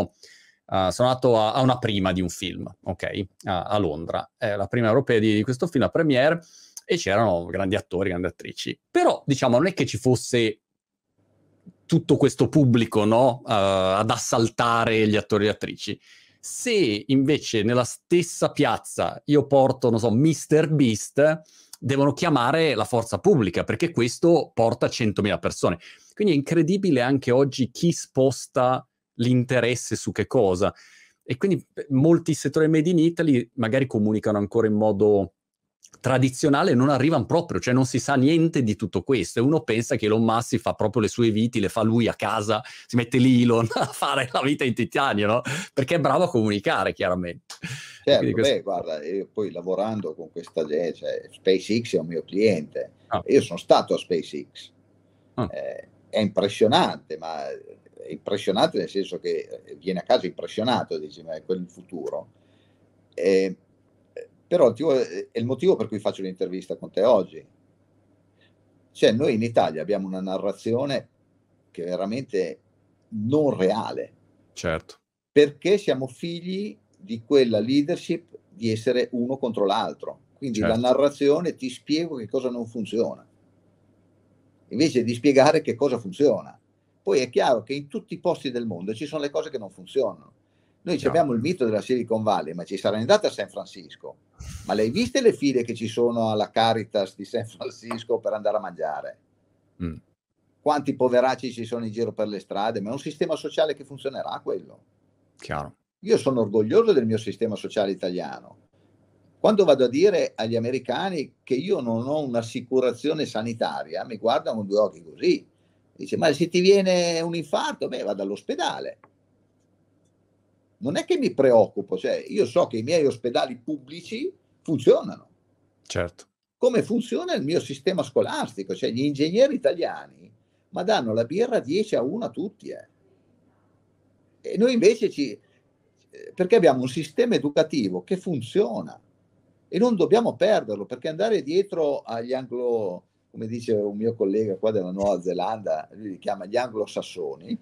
Sono andato a una prima di un film, ok? A Londra. È la prima europea di questo film, la premiere, e c'erano grandi attori, grandi attrici. Però, diciamo, non è che ci fosse tutto questo pubblico, no? Ad assaltare gli attori e le attrici. Se invece nella stessa piazza io porto, non so, Mr. Beast, devono chiamare la forza pubblica, perché questo porta 100.000 persone. Quindi è incredibile anche oggi chi sposta l'interesse su che cosa. E quindi molti settori made in Italy magari comunicano ancora in modo tradizionale, non arrivano proprio, cioè non si sa niente di tutto questo, e uno pensa che Elon Musk fa proprio le sue viti, le fa lui a casa, si mette lì Elon a fare la vita in titanio, no? Perché è bravo a comunicare, chiaramente. Certo, guarda, io poi lavorando con questa gente, cioè, SpaceX è un mio cliente, io sono stato a SpaceX, è impressionante, ma è impressionante nel senso che viene a casa impressionato, dici, ma è quel il futuro. Però è il motivo per cui faccio l'intervista con te oggi. Cioè, noi in Italia abbiamo una narrazione che veramente non reale. Certo. Perché siamo figli di quella leadership di essere uno contro l'altro. Quindi la narrazione ti spiego che cosa non funziona, invece di spiegare che cosa funziona. Poi è chiaro che in tutti i posti del mondo ci sono le cose che non funzionano. Noi abbiamo il mito della Silicon Valley, ma ci sarà andata a San Francisco. Ma le hai viste le file che ci sono alla Caritas di San Francisco per andare a mangiare? Quanti poveracci ci sono in giro per le strade? Ma è un sistema sociale che funzionerà quello. Chiaro. Io sono orgoglioso del mio sistema sociale italiano. Quando vado a dire agli americani che io non ho un'assicurazione sanitaria, mi guardano con due occhi così. Dice, ma se ti viene un infarto, beh, vado all'ospedale. Non è che mi preoccupo, cioè io so che i miei ospedali pubblici funzionano. Certo. Come funziona il mio sistema scolastico, cioè gli ingegneri italiani ma danno la birra 10-1 a tutti. E noi invece perché abbiamo un sistema educativo che funziona e non dobbiamo perderlo, perché andare dietro agli anglo, come dice un mio collega qua della Nuova Zelanda, lui li chiama gli anglosassoni,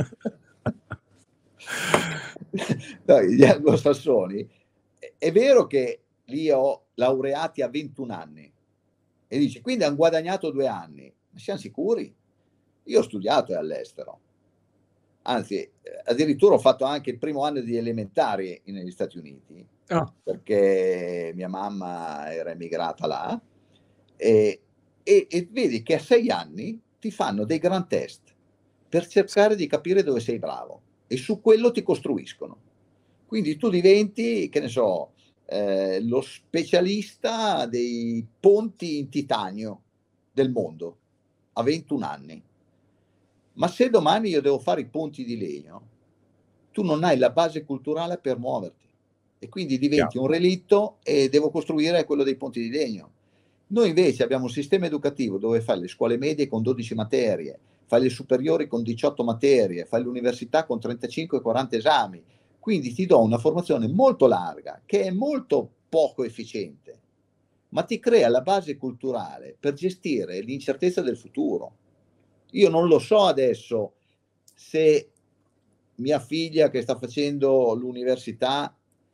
no, gli anglosassoni, è vero che lì ho laureati a 21 anni e dice quindi hanno guadagnato 2 anni, ma siamo sicuri? Io ho studiato all'estero, anzi addirittura ho fatto anche il primo anno di elementari negli Stati Uniti, perché mia mamma era emigrata là, e vedi che a 6 anni ti fanno dei grand test per cercare di capire dove sei bravo e su quello ti costruiscono. Quindi tu diventi, che ne so, lo specialista dei ponti in titanio del mondo a 21 anni. Ma se domani io devo fare i ponti di legno, tu non hai la base culturale per muoverti e quindi diventi un relitto e devo costruire quello dei ponti di legno. Noi invece abbiamo un sistema educativo dove fai le scuole medie con 12 materie, fai le superiori con 18 materie, fai l'università con 35-40 esami, quindi ti do una formazione molto larga che è molto poco efficiente, ma ti crea la base culturale per gestire l'incertezza del futuro. Io non lo so adesso se mia figlia che sta facendo l'università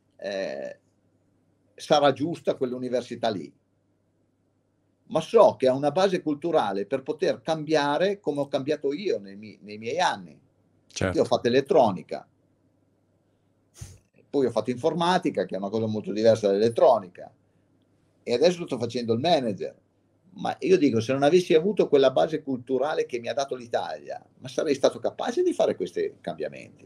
sarà giusta quell'università lì, ma so che ha una base culturale per poter cambiare come ho cambiato io nei miei anni. Certo. Io ho fatto elettronica, poi ho fatto informatica, che è una cosa molto diversa dall'elettronica, e adesso sto facendo il manager. Ma io dico, se non avessi avuto quella base culturale che mi ha dato l'Italia, ma sarei stato capace di fare questi cambiamenti.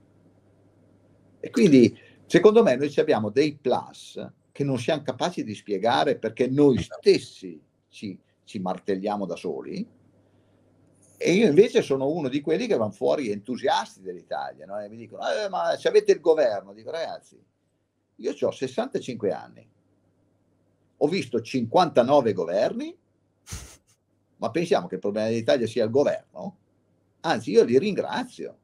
E quindi, secondo me, noi abbiamo dei plus che non siamo capaci di spiegare perché noi stessi ci martelliamo da soli. E io invece sono uno di quelli che vanno fuori entusiasti dell'Italia, no? E mi dicono, ma se avete il governo, dico, ragazzi, io ho 65 anni, ho visto 59 governi, ma pensiamo che il problema dell'Italia sia il governo? Anzi, io li ringrazio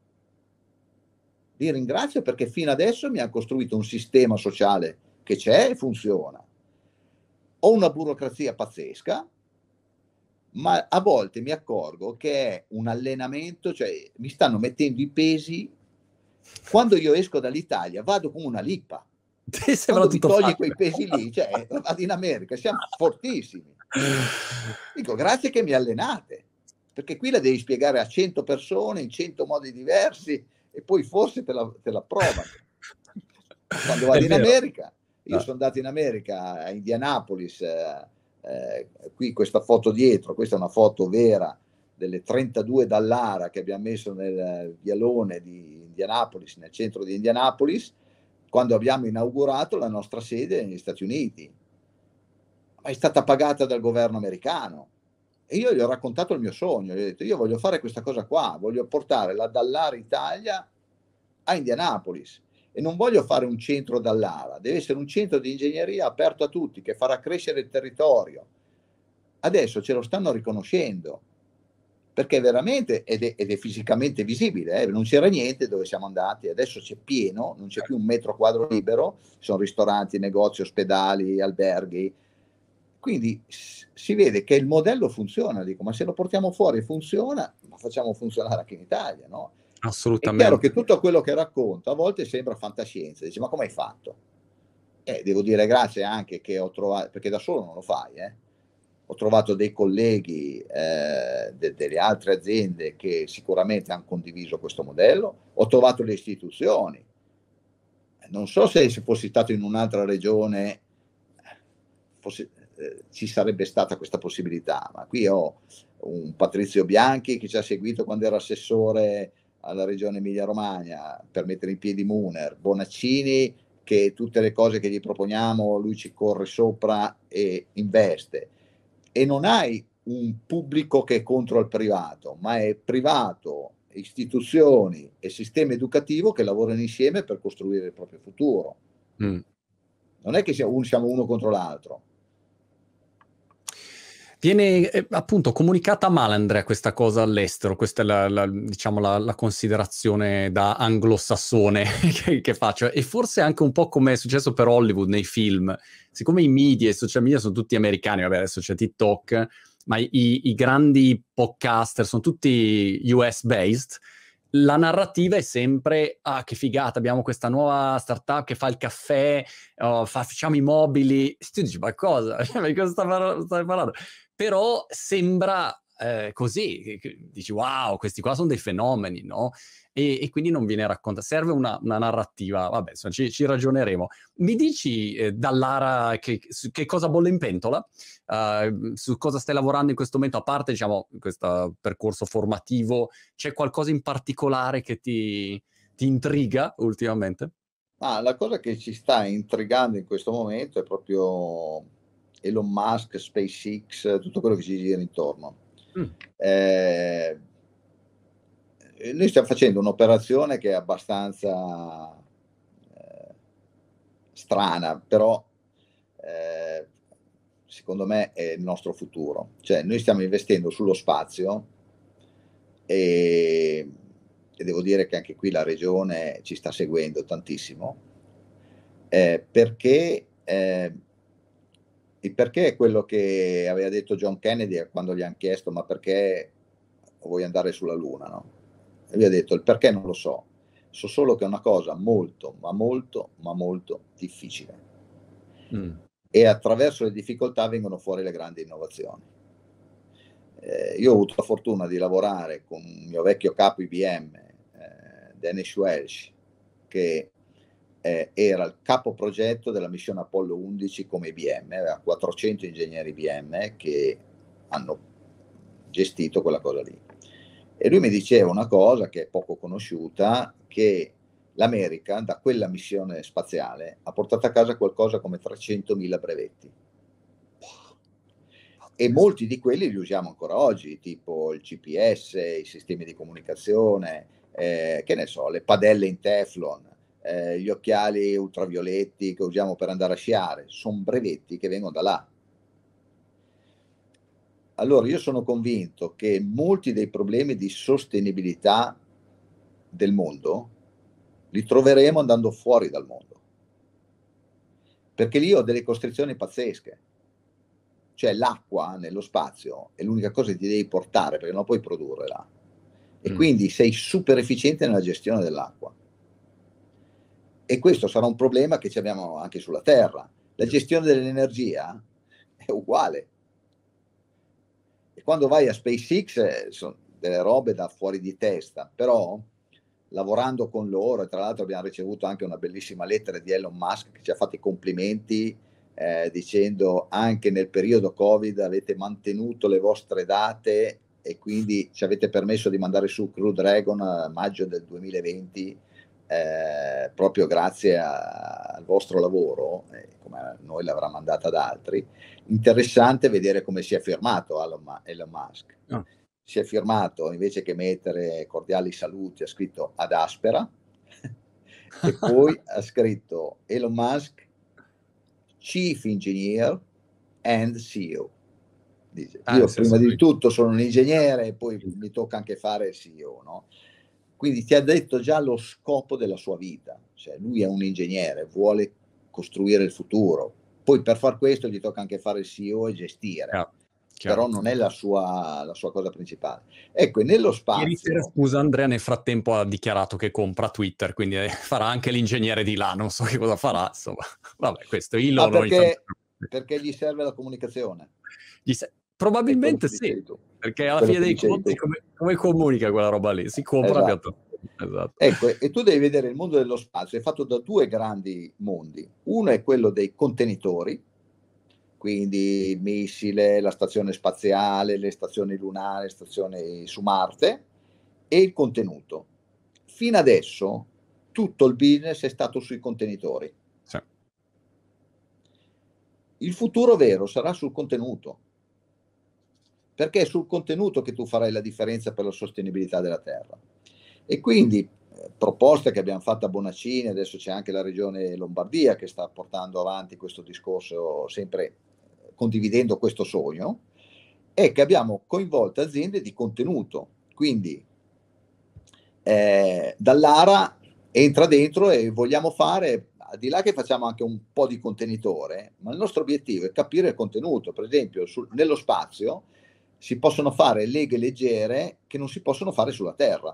perché fino adesso mi hanno costruito un sistema sociale che c'è e funziona. Ho una burocrazia pazzesca, ma a volte mi accorgo che è un allenamento, cioè mi stanno mettendo i pesi. Quando io esco dall'Italia vado come una lippa. Quando mi togli quei pesi lì, cioè vado in America, siamo fortissimi. Dico, grazie che mi allenate, perché qui la devi spiegare a 100 persone in 100 modi diversi e poi forse te la provano. Quando vado in America, io sono andato in America a Indianapolis, qui questa foto dietro, questa è una foto vera delle 32 Dallara che abbiamo messo nel vialone di Indianapolis, nel centro di Indianapolis, quando abbiamo inaugurato la nostra sede negli Stati Uniti. È stata pagata dal governo americano e io gli ho raccontato il mio sogno, gli ho detto io voglio fare questa cosa qua, voglio portare la Dallara Italia a Indianapolis e non voglio fare un centro Dallara, deve essere un centro di ingegneria aperto a tutti che farà crescere il territorio. Adesso ce lo stanno riconoscendo perché veramente ed è fisicamente visibile, non c'era niente dove siamo andati, adesso c'è pieno, non c'è più un metro quadro libero, ci sono ristoranti, negozi, ospedali, alberghi, quindi si vede che il modello funziona. Dico, ma se lo portiamo fuori funziona, lo facciamo funzionare anche in Italia, no? È chiaro che assolutamente. tutto quello che racconto a volte sembra fantascienza, dici: "Ma come hai fatto?" Devo dire grazie anche che ho perché da solo non lo fai, Ho trovato dei colleghi, delle altre aziende che sicuramente han condiviso questo modello, ho trovato le istituzioni. Non so se fossi stato in un'altra regione fosse ci sarebbe stata questa possibilità, ma qui ho un Patrizio Bianchi che ci ha seguito quando era assessore alla regione Emilia Romagna per mettere in piedi Muner, Bonaccini che tutte le cose che gli proponiamo lui ci corre sopra e investe. E non hai un pubblico che è contro il privato, ma è privato, istituzioni e sistema educativo che lavorano insieme per costruire il proprio futuro. Mm. Non è che siamo uno contro l'altro. Viene appunto comunicata male, Andrea, questa cosa all'estero, questa è diciamo la considerazione da anglosassone che faccio, e forse anche un po' come è successo per Hollywood nei film, siccome i media e i social media sono tutti americani, vabbè adesso c'è TikTok, ma i grandi podcaster sono tutti US based, la narrativa è sempre, ah che figata, abbiamo questa nuova startup che fa il caffè, facciamo i mobili, e tu dici ma cosa? Ma di cosa stai parlando? Però sembra così, che dici wow, questi qua sono dei fenomeni, no? E quindi non viene raccontata, serve una narrativa, vabbè, insomma, ci ragioneremo. Mi dici, Dallara, che cosa bolle in pentola? Su cosa stai lavorando in questo momento, a parte, diciamo, questo percorso formativo, c'è qualcosa in particolare che ti intriga ultimamente? Ma la cosa che ci sta intrigando in questo momento è proprio Elon Musk, SpaceX, tutto quello che ci gira intorno. Mm. Ehm, Noi stiam facendo un'operazione che è abbastanza, ehm, strana, però, ehm, secondo me è il nostro futuro. Cioè, noi stiamo investendo sullo spazio, ehm, e devo dire che anche qui la regione ci sta seguendo tantissimo, perché, il perché è quello che aveva detto John Kennedy quando gli han chiesto: "Ma perché vuoi andare sulla Luna?" No, e lui ha detto: "Il perché non lo so, so solo che è una cosa molto, ma molto, ma molto difficile Mm. e attraverso le difficoltà vengono fuori le grandi innovazioni." Io ho avuto la fortuna di lavorare con un mio vecchio capo IBM, Dennis Welch, che era il capo progetto della missione Apollo 11 come IBM, aveva 400 ingegneri IBM che hanno gestito quella cosa lì. E lui mi diceva una cosa che è poco conosciuta, che l'America da quella missione spaziale ha portato a casa qualcosa come 300.000 brevetti. E molti di quelli li usiamo ancora oggi, tipo il GPS, i sistemi di comunicazione, che ne so, le padelle in Teflon, gli occhiali ultravioletti che usiamo per andare a sciare, son brevetti che vengono da là. Allora io sono convinto che molti dei problemi di sostenibilità del mondo li troveremo andando fuori dal mondo, perché lì ho delle costrizioni pazzesche. Cioè l'acqua nello spazio è l'unica cosa che ti devi portare, perché non la puoi produrre là. E Mm. quindi sei super efficiente nella gestione dell'acqua. E questo sarà un problema che ci abbiamo anche sulla Terra. La Giusto. gestione dell'energia è uguale. E quando vai a SpaceX son delle robe da fuori di testa, però lavorando con loro, e tra l'altro abbiamo ricevuto anche una bellissima lettera di Elon Musk che ci ha fatto i complimenti, dicendo: "Anche nel periodo Covid avete mantenuto le vostre date e quindi ci avete permesso di mandare su Crew Dragon a maggio del 2020, proprio grazie al vostro lavoro", come noi l'avrà mandata ad altri. Interessante vedere come si è firmato Elon Musk. Ah. Si è firmato, invece che mettere cordiali saluti, ha scritto ad aspera e poi ha scritto Elon Musk Chief Engineer and CEO. Dice, Ah, nel io prima senso di lui. tutto sono un ingegnere e poi mi tocca anche fare il CEO, no? Quindi ti ha detto già lo scopo della sua vita, cioè lui è un ingegnere, vuole costruire il futuro. Poi per far questo gli tocca anche fare il CEO e gestire. Ah. però chiaro. non è la sua cosa principale. Ecco, e nello Ieri sera, spazio, scusa, Andrea nel frattempo ha dichiarato che compra Twitter, quindi farà anche l'ingegnere di là, non so che cosa farà, insomma. Vabbè, questo ma Elon ogni tanto perché gli serve la comunicazione, è quello probabilmente che sì, dicevi tu, perché alla quello fine che dei dicevi conti tu. come comunica quella roba lì? Si compra Esatto. piuttosto. Esatto. Ecco, e tu devi vedere il mondo dello spazio, è fatto da 2 grandi mondi. Uno è quello dei contenitori, quindi il missile, la stazione spaziale, le stazioni lunari, le stazioni su Marte, e il contenuto. Fino adesso tutto il business è stato sui contenitori. Sì. Il futuro vero sarà sul contenuto, perché è sul contenuto che tu farai la differenza per la sostenibilità della terra. E quindi, proposta che abbiamo fatto a Bonaccini, adesso c'è anche la regione Lombardia che sta portando avanti questo discorso, sempre condividendo questo sogno, è che abbiamo coinvolto aziende di contenuto. Quindi dall'ARA entra dentro e vogliamo fare, al di là che facciamo anche un po' di contenitore, ma il nostro obiettivo è capire il contenuto. Per esempio, nello spazio si possono fare leghe leggere che non si possono fare sulla Terra,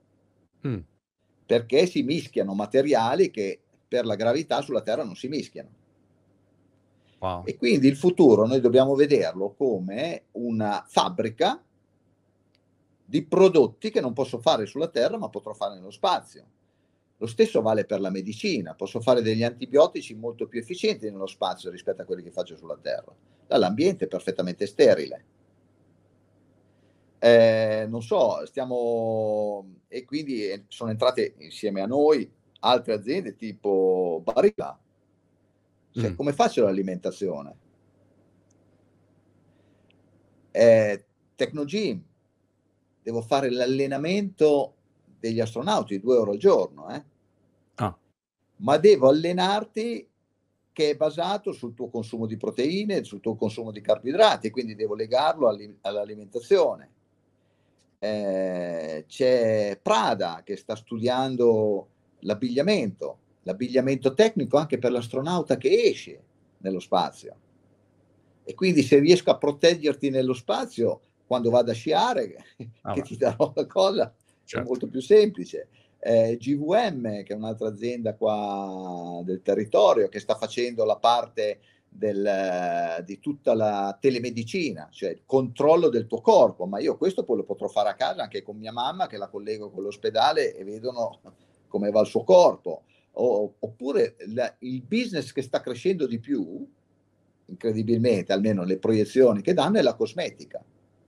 perché si mischiano materiali che per la gravità sulla Terra non si mischiano. Wow. E quindi il futuro noi dobbiamo vederlo come una fabbrica di prodotti che non posso fare sulla Terra, ma potrò fare nello spazio. Lo stesso vale per la medicina, posso fare degli antibiotici molto più efficienti nello spazio rispetto a quelli che faccio sulla Terra. L'ambiente è perfettamente sterile. Non so, e quindi sono entrate insieme a noi altre aziende tipo Barilla. Cioè, come faccio l'alimentazione? Technogym, devo fare l'allenamento degli astronauti, 2 ore al giorno, ma devo allenarti che è basato sul tuo consumo di proteine, sul tuo consumo di carboidrati, quindi devo legarlo all'alimentazione. C'è Prada che sta studiando l'abbigliamento tecnico anche per l'astronauta che esce nello spazio. E quindi se riesco a proteggerti nello spazio, quando vado a sciare, che ti darò la cosa, è molto più semplice. GVM, che è un'altra azienda qua del territorio, che sta facendo la parte di tutta la telemedicina, cioè il controllo del tuo corpo, ma io questo poi lo potrò fare a casa anche con mia mamma, che la collego con l'ospedale e vedono come va il suo corpo. Oppure il business che sta crescendo di più, incredibilmente, almeno le proiezioni che danno, è la cosmetica.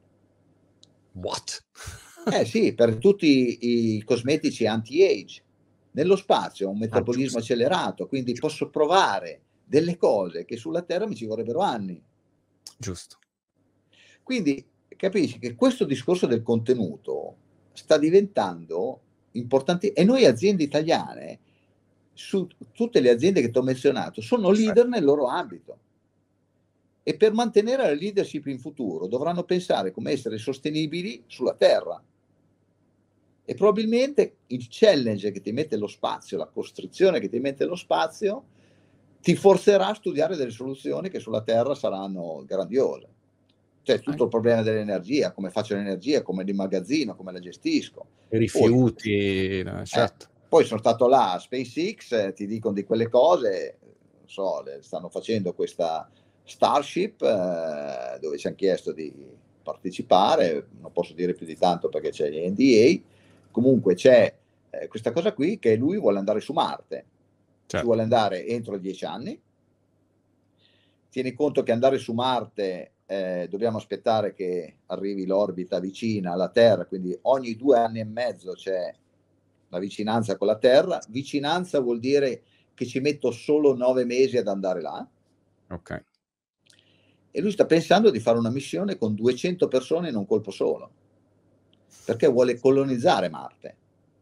What? Sì, per tutti i cosmetici anti-age. Nello spazio ho un metabolismo accelerato, quindi posso provare delle cose che sulla Terra mi ci vorrebbero anni. Giusto. Quindi capisci che questo discorso del contenuto sta diventando importante, e noi aziende italiane, su tutte le aziende che ti ho menzionato, sono leader nel loro ambito. E per mantenere la leadership in futuro dovranno pensare come essere sostenibili sulla Terra. E probabilmente il challenge che ti mette lo spazio, la costrizione che ti mette lo spazio, ti forzerà a studiare delle soluzioni che sulla Terra saranno grandiose. Cioè tutto il problema dell'energia, come faccio l'energia, come l'immagazzino, come la gestisco. I rifiuti, certo. Poi sono stato là a SpaceX, ti dicono di quelle cose, non so, stanno facendo questa Starship dove ci hanno chiesto di partecipare, non posso dire più di tanto perché c'è gli NDA. Comunque c'è questa cosa qui, che lui vuole andare su Marte, ci vuole andare entro 10 anni. Tieni conto che andare su Marte dobbiamo aspettare che arrivi l'orbita vicina alla Terra, quindi ogni 2 anni e mezzo c'è la vicinanza con la Terra. Vicinanza vuol dire che ci metto solo 9 mesi ad andare là. Ok. E lui sta pensando di fare una missione con 200 persone in un colpo solo, perché vuole colonizzare Marte.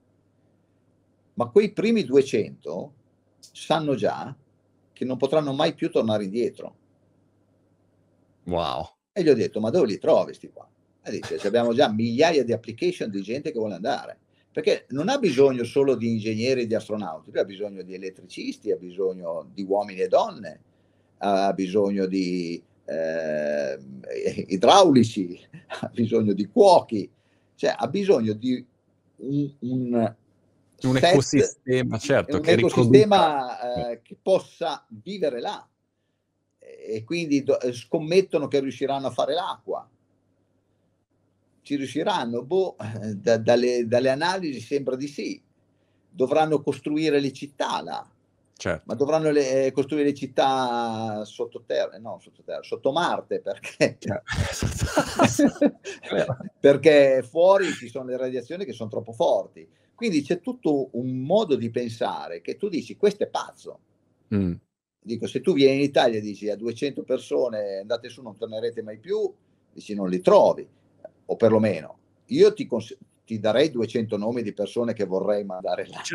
Ma quei primi 200 sanno già che non potranno mai più tornare indietro. Wow. E gli ho detto, ma dove li trovi sti qua? E dice, abbiamo già migliaia di application di gente che vuole andare. Perché non ha bisogno solo di ingegneri e di astronauti, lui ha bisogno di elettricisti, ha bisogno di uomini e donne, ha bisogno di idraulici, ha bisogno di cuochi, cioè ha bisogno di un ecosistema, certo, un che riproduca. ecosistema che possa vivere là, e quindi scommettono che riusciranno a fare l'acqua. Ci riusciranno? Boh, dalle analisi sembra di sì. Dovranno costruire le città là, ma Certo. dovranno costruire le città sottoterra, no, sottoterra, sotto Marte, perché Vero. perché fuori ci sono le radiazioni che son troppo forti. Quindi c'è tutto un modo di pensare che tu dici: "Questo è pazzo". Mh. Dico, se tu vieni in Italia e dici a 200 persone: "Andate su, non tornerete mai più", dici non li trovi, o perlomeno io ti darei 200 nomi di persone che vorrei mandare là.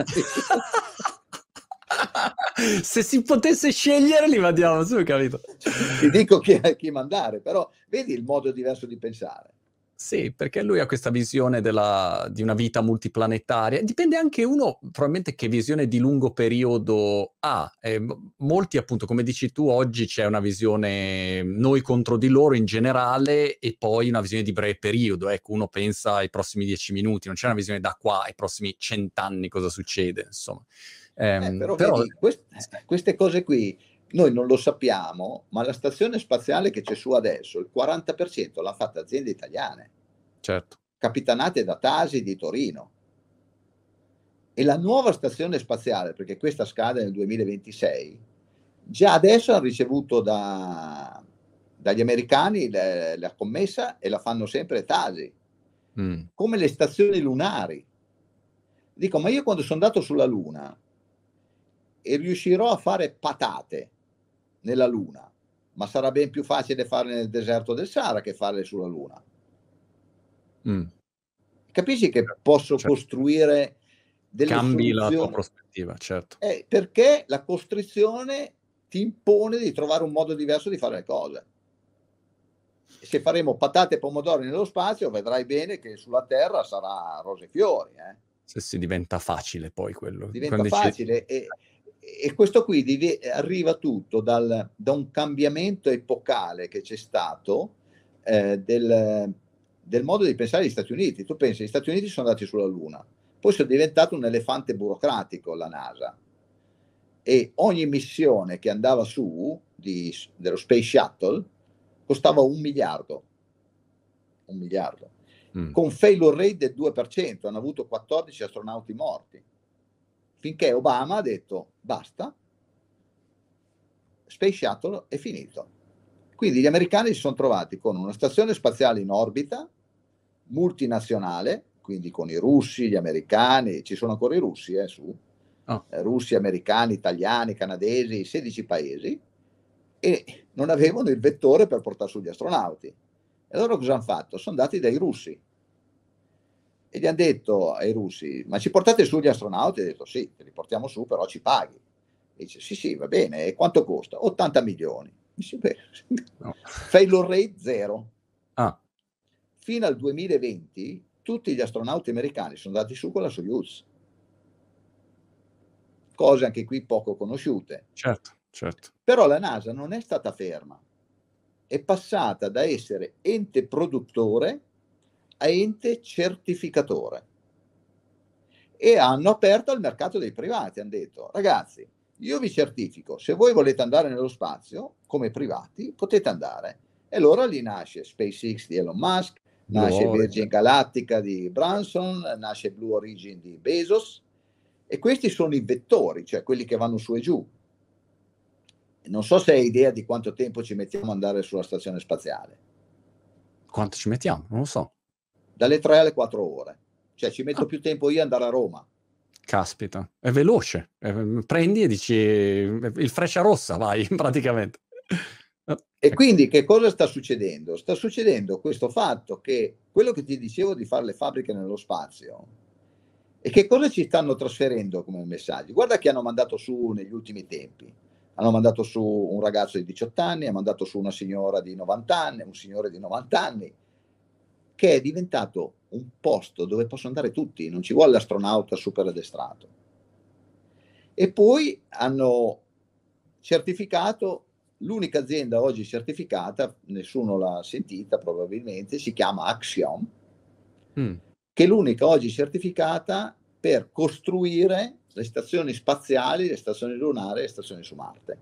Se si potesse scegliere li mandiamo su, capito? Ti dico chi mandare, però vedi il modo diverso di pensare. Sì, perché lui ha questa visione di una vita multiplanetaria. Dipende anche uno probabilmente che visione di lungo periodo ha. Molti appunto, come dici tu, oggi c'è una visione noi contro di loro in generale e poi una visione di breve periodo. Ecco, uno pensa ai prossimi 10 minuti, non c'è una visione da qua ai prossimi 100 anni cosa succede, insomma. Però Però vedi, sì, queste cose qui noi non lo sappiamo, ma la stazione spaziale che c'è su adesso, il 40% l'han fatta aziende italiane, certo. capitanate da TASI di Torino. E la nuova stazione spaziale, perché questa scade nel 2026, già adesso han ricevuto dagli americani la commessa e la fanno sempre TASI, Mh. come le stazioni lunari. Dico, ma io quando son andato sulla Luna e riuscirò a fare patate nella Luna, ma sarà ben più facile farle nel deserto del Sahara che farle sulla Luna. Mh. Capisci che posso Cer costruire delle cambi la tua soluzioni, prospettiva, certo. perché la costrizione ti impone di trovare un modo diverso di fare le cose. Se faremo patate e pomodori nello spazio, vedrai bene che sulla Terra sarà rose e fiori, eh. Sì, sì, diventa facile poi quello. Diventa Quando dici facile, e questo qui arriva tutto da un cambiamento epocale che c'è stato, del modo di pensare degli Stati Uniti. Tu pensi, gli Stati Uniti sono andati sulla Luna, poi sono diventato un elefante burocratico la NASA, e ogni missione che andava su dello Space Shuttle costava 1 miliardo, 1 miliardo, mh, con failure rate del 2%, hanno avuto 14 astronauti morti. Finché Obama ha detto basta, Space Shuttle è finito. Quindi gli americani si sono trovati con una stazione spaziale in orbita, multinazionale, quindi con i russi, gli americani, ci sono ancora i russi su, ah, russi, americani, italiani, canadesi, 16 paesi, e non avevano il vettore per portare su gli astronauti. E loro cosa hanno fatto? Sono andati dai russi e gli hanno detto ai russi: "Ma ci portate su gli astronauti?" Ha detto: "Sì, te li portiamo su, però ci paghi." E dice: "Sì, sì, va bene, e quanto costa?" 80 milioni. Dice: "Beh, no. failure rate 0." Ah, Fino al 2020 tutti gli astronauti americani sono andati su con la Soyuz, cose anche qui poco conosciute. certo, certo. Però la NASA non è stata ferma, è passata da essere ente produttore a ente certificatore. E hanno aperto al mercato dei privati, han detto: "Ragazzi, io vi certifico, se voi volete andare nello spazio come privati potete andare." E allora lì nasce SpaceX di Elon Musk, Blue nasce Virgin Origin. Galactica di Branson, nasce Blue Origin di Bezos, e questi sono i vettori, cioè quelli che vanno su e giù. Non so se hai idea di quanto tempo ci mettiamo ad andare sulla stazione spaziale. Quanto ci mettiamo? Non lo so. Dalle 3 alle 4 ore. Cioè ci Ah, metto più tempo io ad andare a Roma. caspita, è veloce. Prendi e dici il Frecciarossa, vai praticamente. E Ecco. quindi che cosa sta succedendo? Sta succedendo questo fatto che quello che ti dicevo di fare le fabbriche nello spazio, e che cosa ci stanno trasferendo come messaggi? Guarda che hanno mandato su negli ultimi tempi. Hanno mandato su un ragazzo di 18 anni, hanno mandato su una signora di 90 anni, un signore di 90 anni, che è diventato un posto dove possono andare tutti, non ci vuole l'astronauta super addestrato. E poi hanno certificato L'unica azienda oggi certificata, nessuno l'ha sentita probabilmente, si chiama Axiom, che è l'unica oggi certificata per costruire le stazioni spaziali, le stazioni lunari e le stazioni su Marte.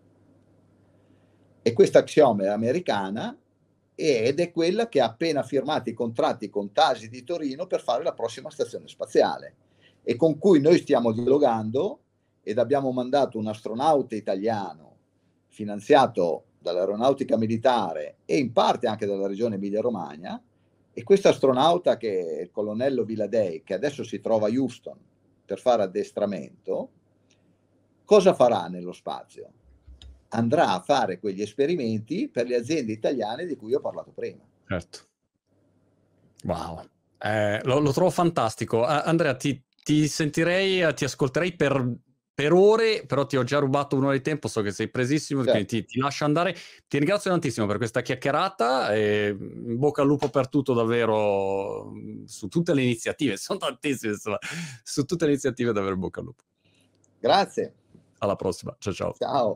E questa Axiom è americana ed è quella che ha appena firmato i contratti con TASI di Torino per fare la prossima stazione spaziale, e con cui noi stiamo dialogando, ed abbiamo mandato un astronauta italiano finanziato dall'aeronautica militare e in parte anche dalla regione Emilia-Romagna, e questo astronauta, che è il colonnello Villadei, che adesso si trova a Houston per fare addestramento, cosa farà nello spazio? Andrà a fare quegli esperimenti per le aziende italiane di cui ho parlato prima. Certo. Wow. Lo trovo fantastico. Andrea, ti sentirei, ti ascolterei per ore, però ti ho già rubato un'ora di tempo, so che sei presissimo, certo. Quindi ti lascio andare. Ti ringrazio tantissimo per questa chiacchierata e in bocca al lupo per tutto, davvero, su tutte le iniziative, sono tantissime, insomma, su tutte le iniziative davvero in bocca al lupo. Grazie. Alla prossima, ciao ciao. Ciao.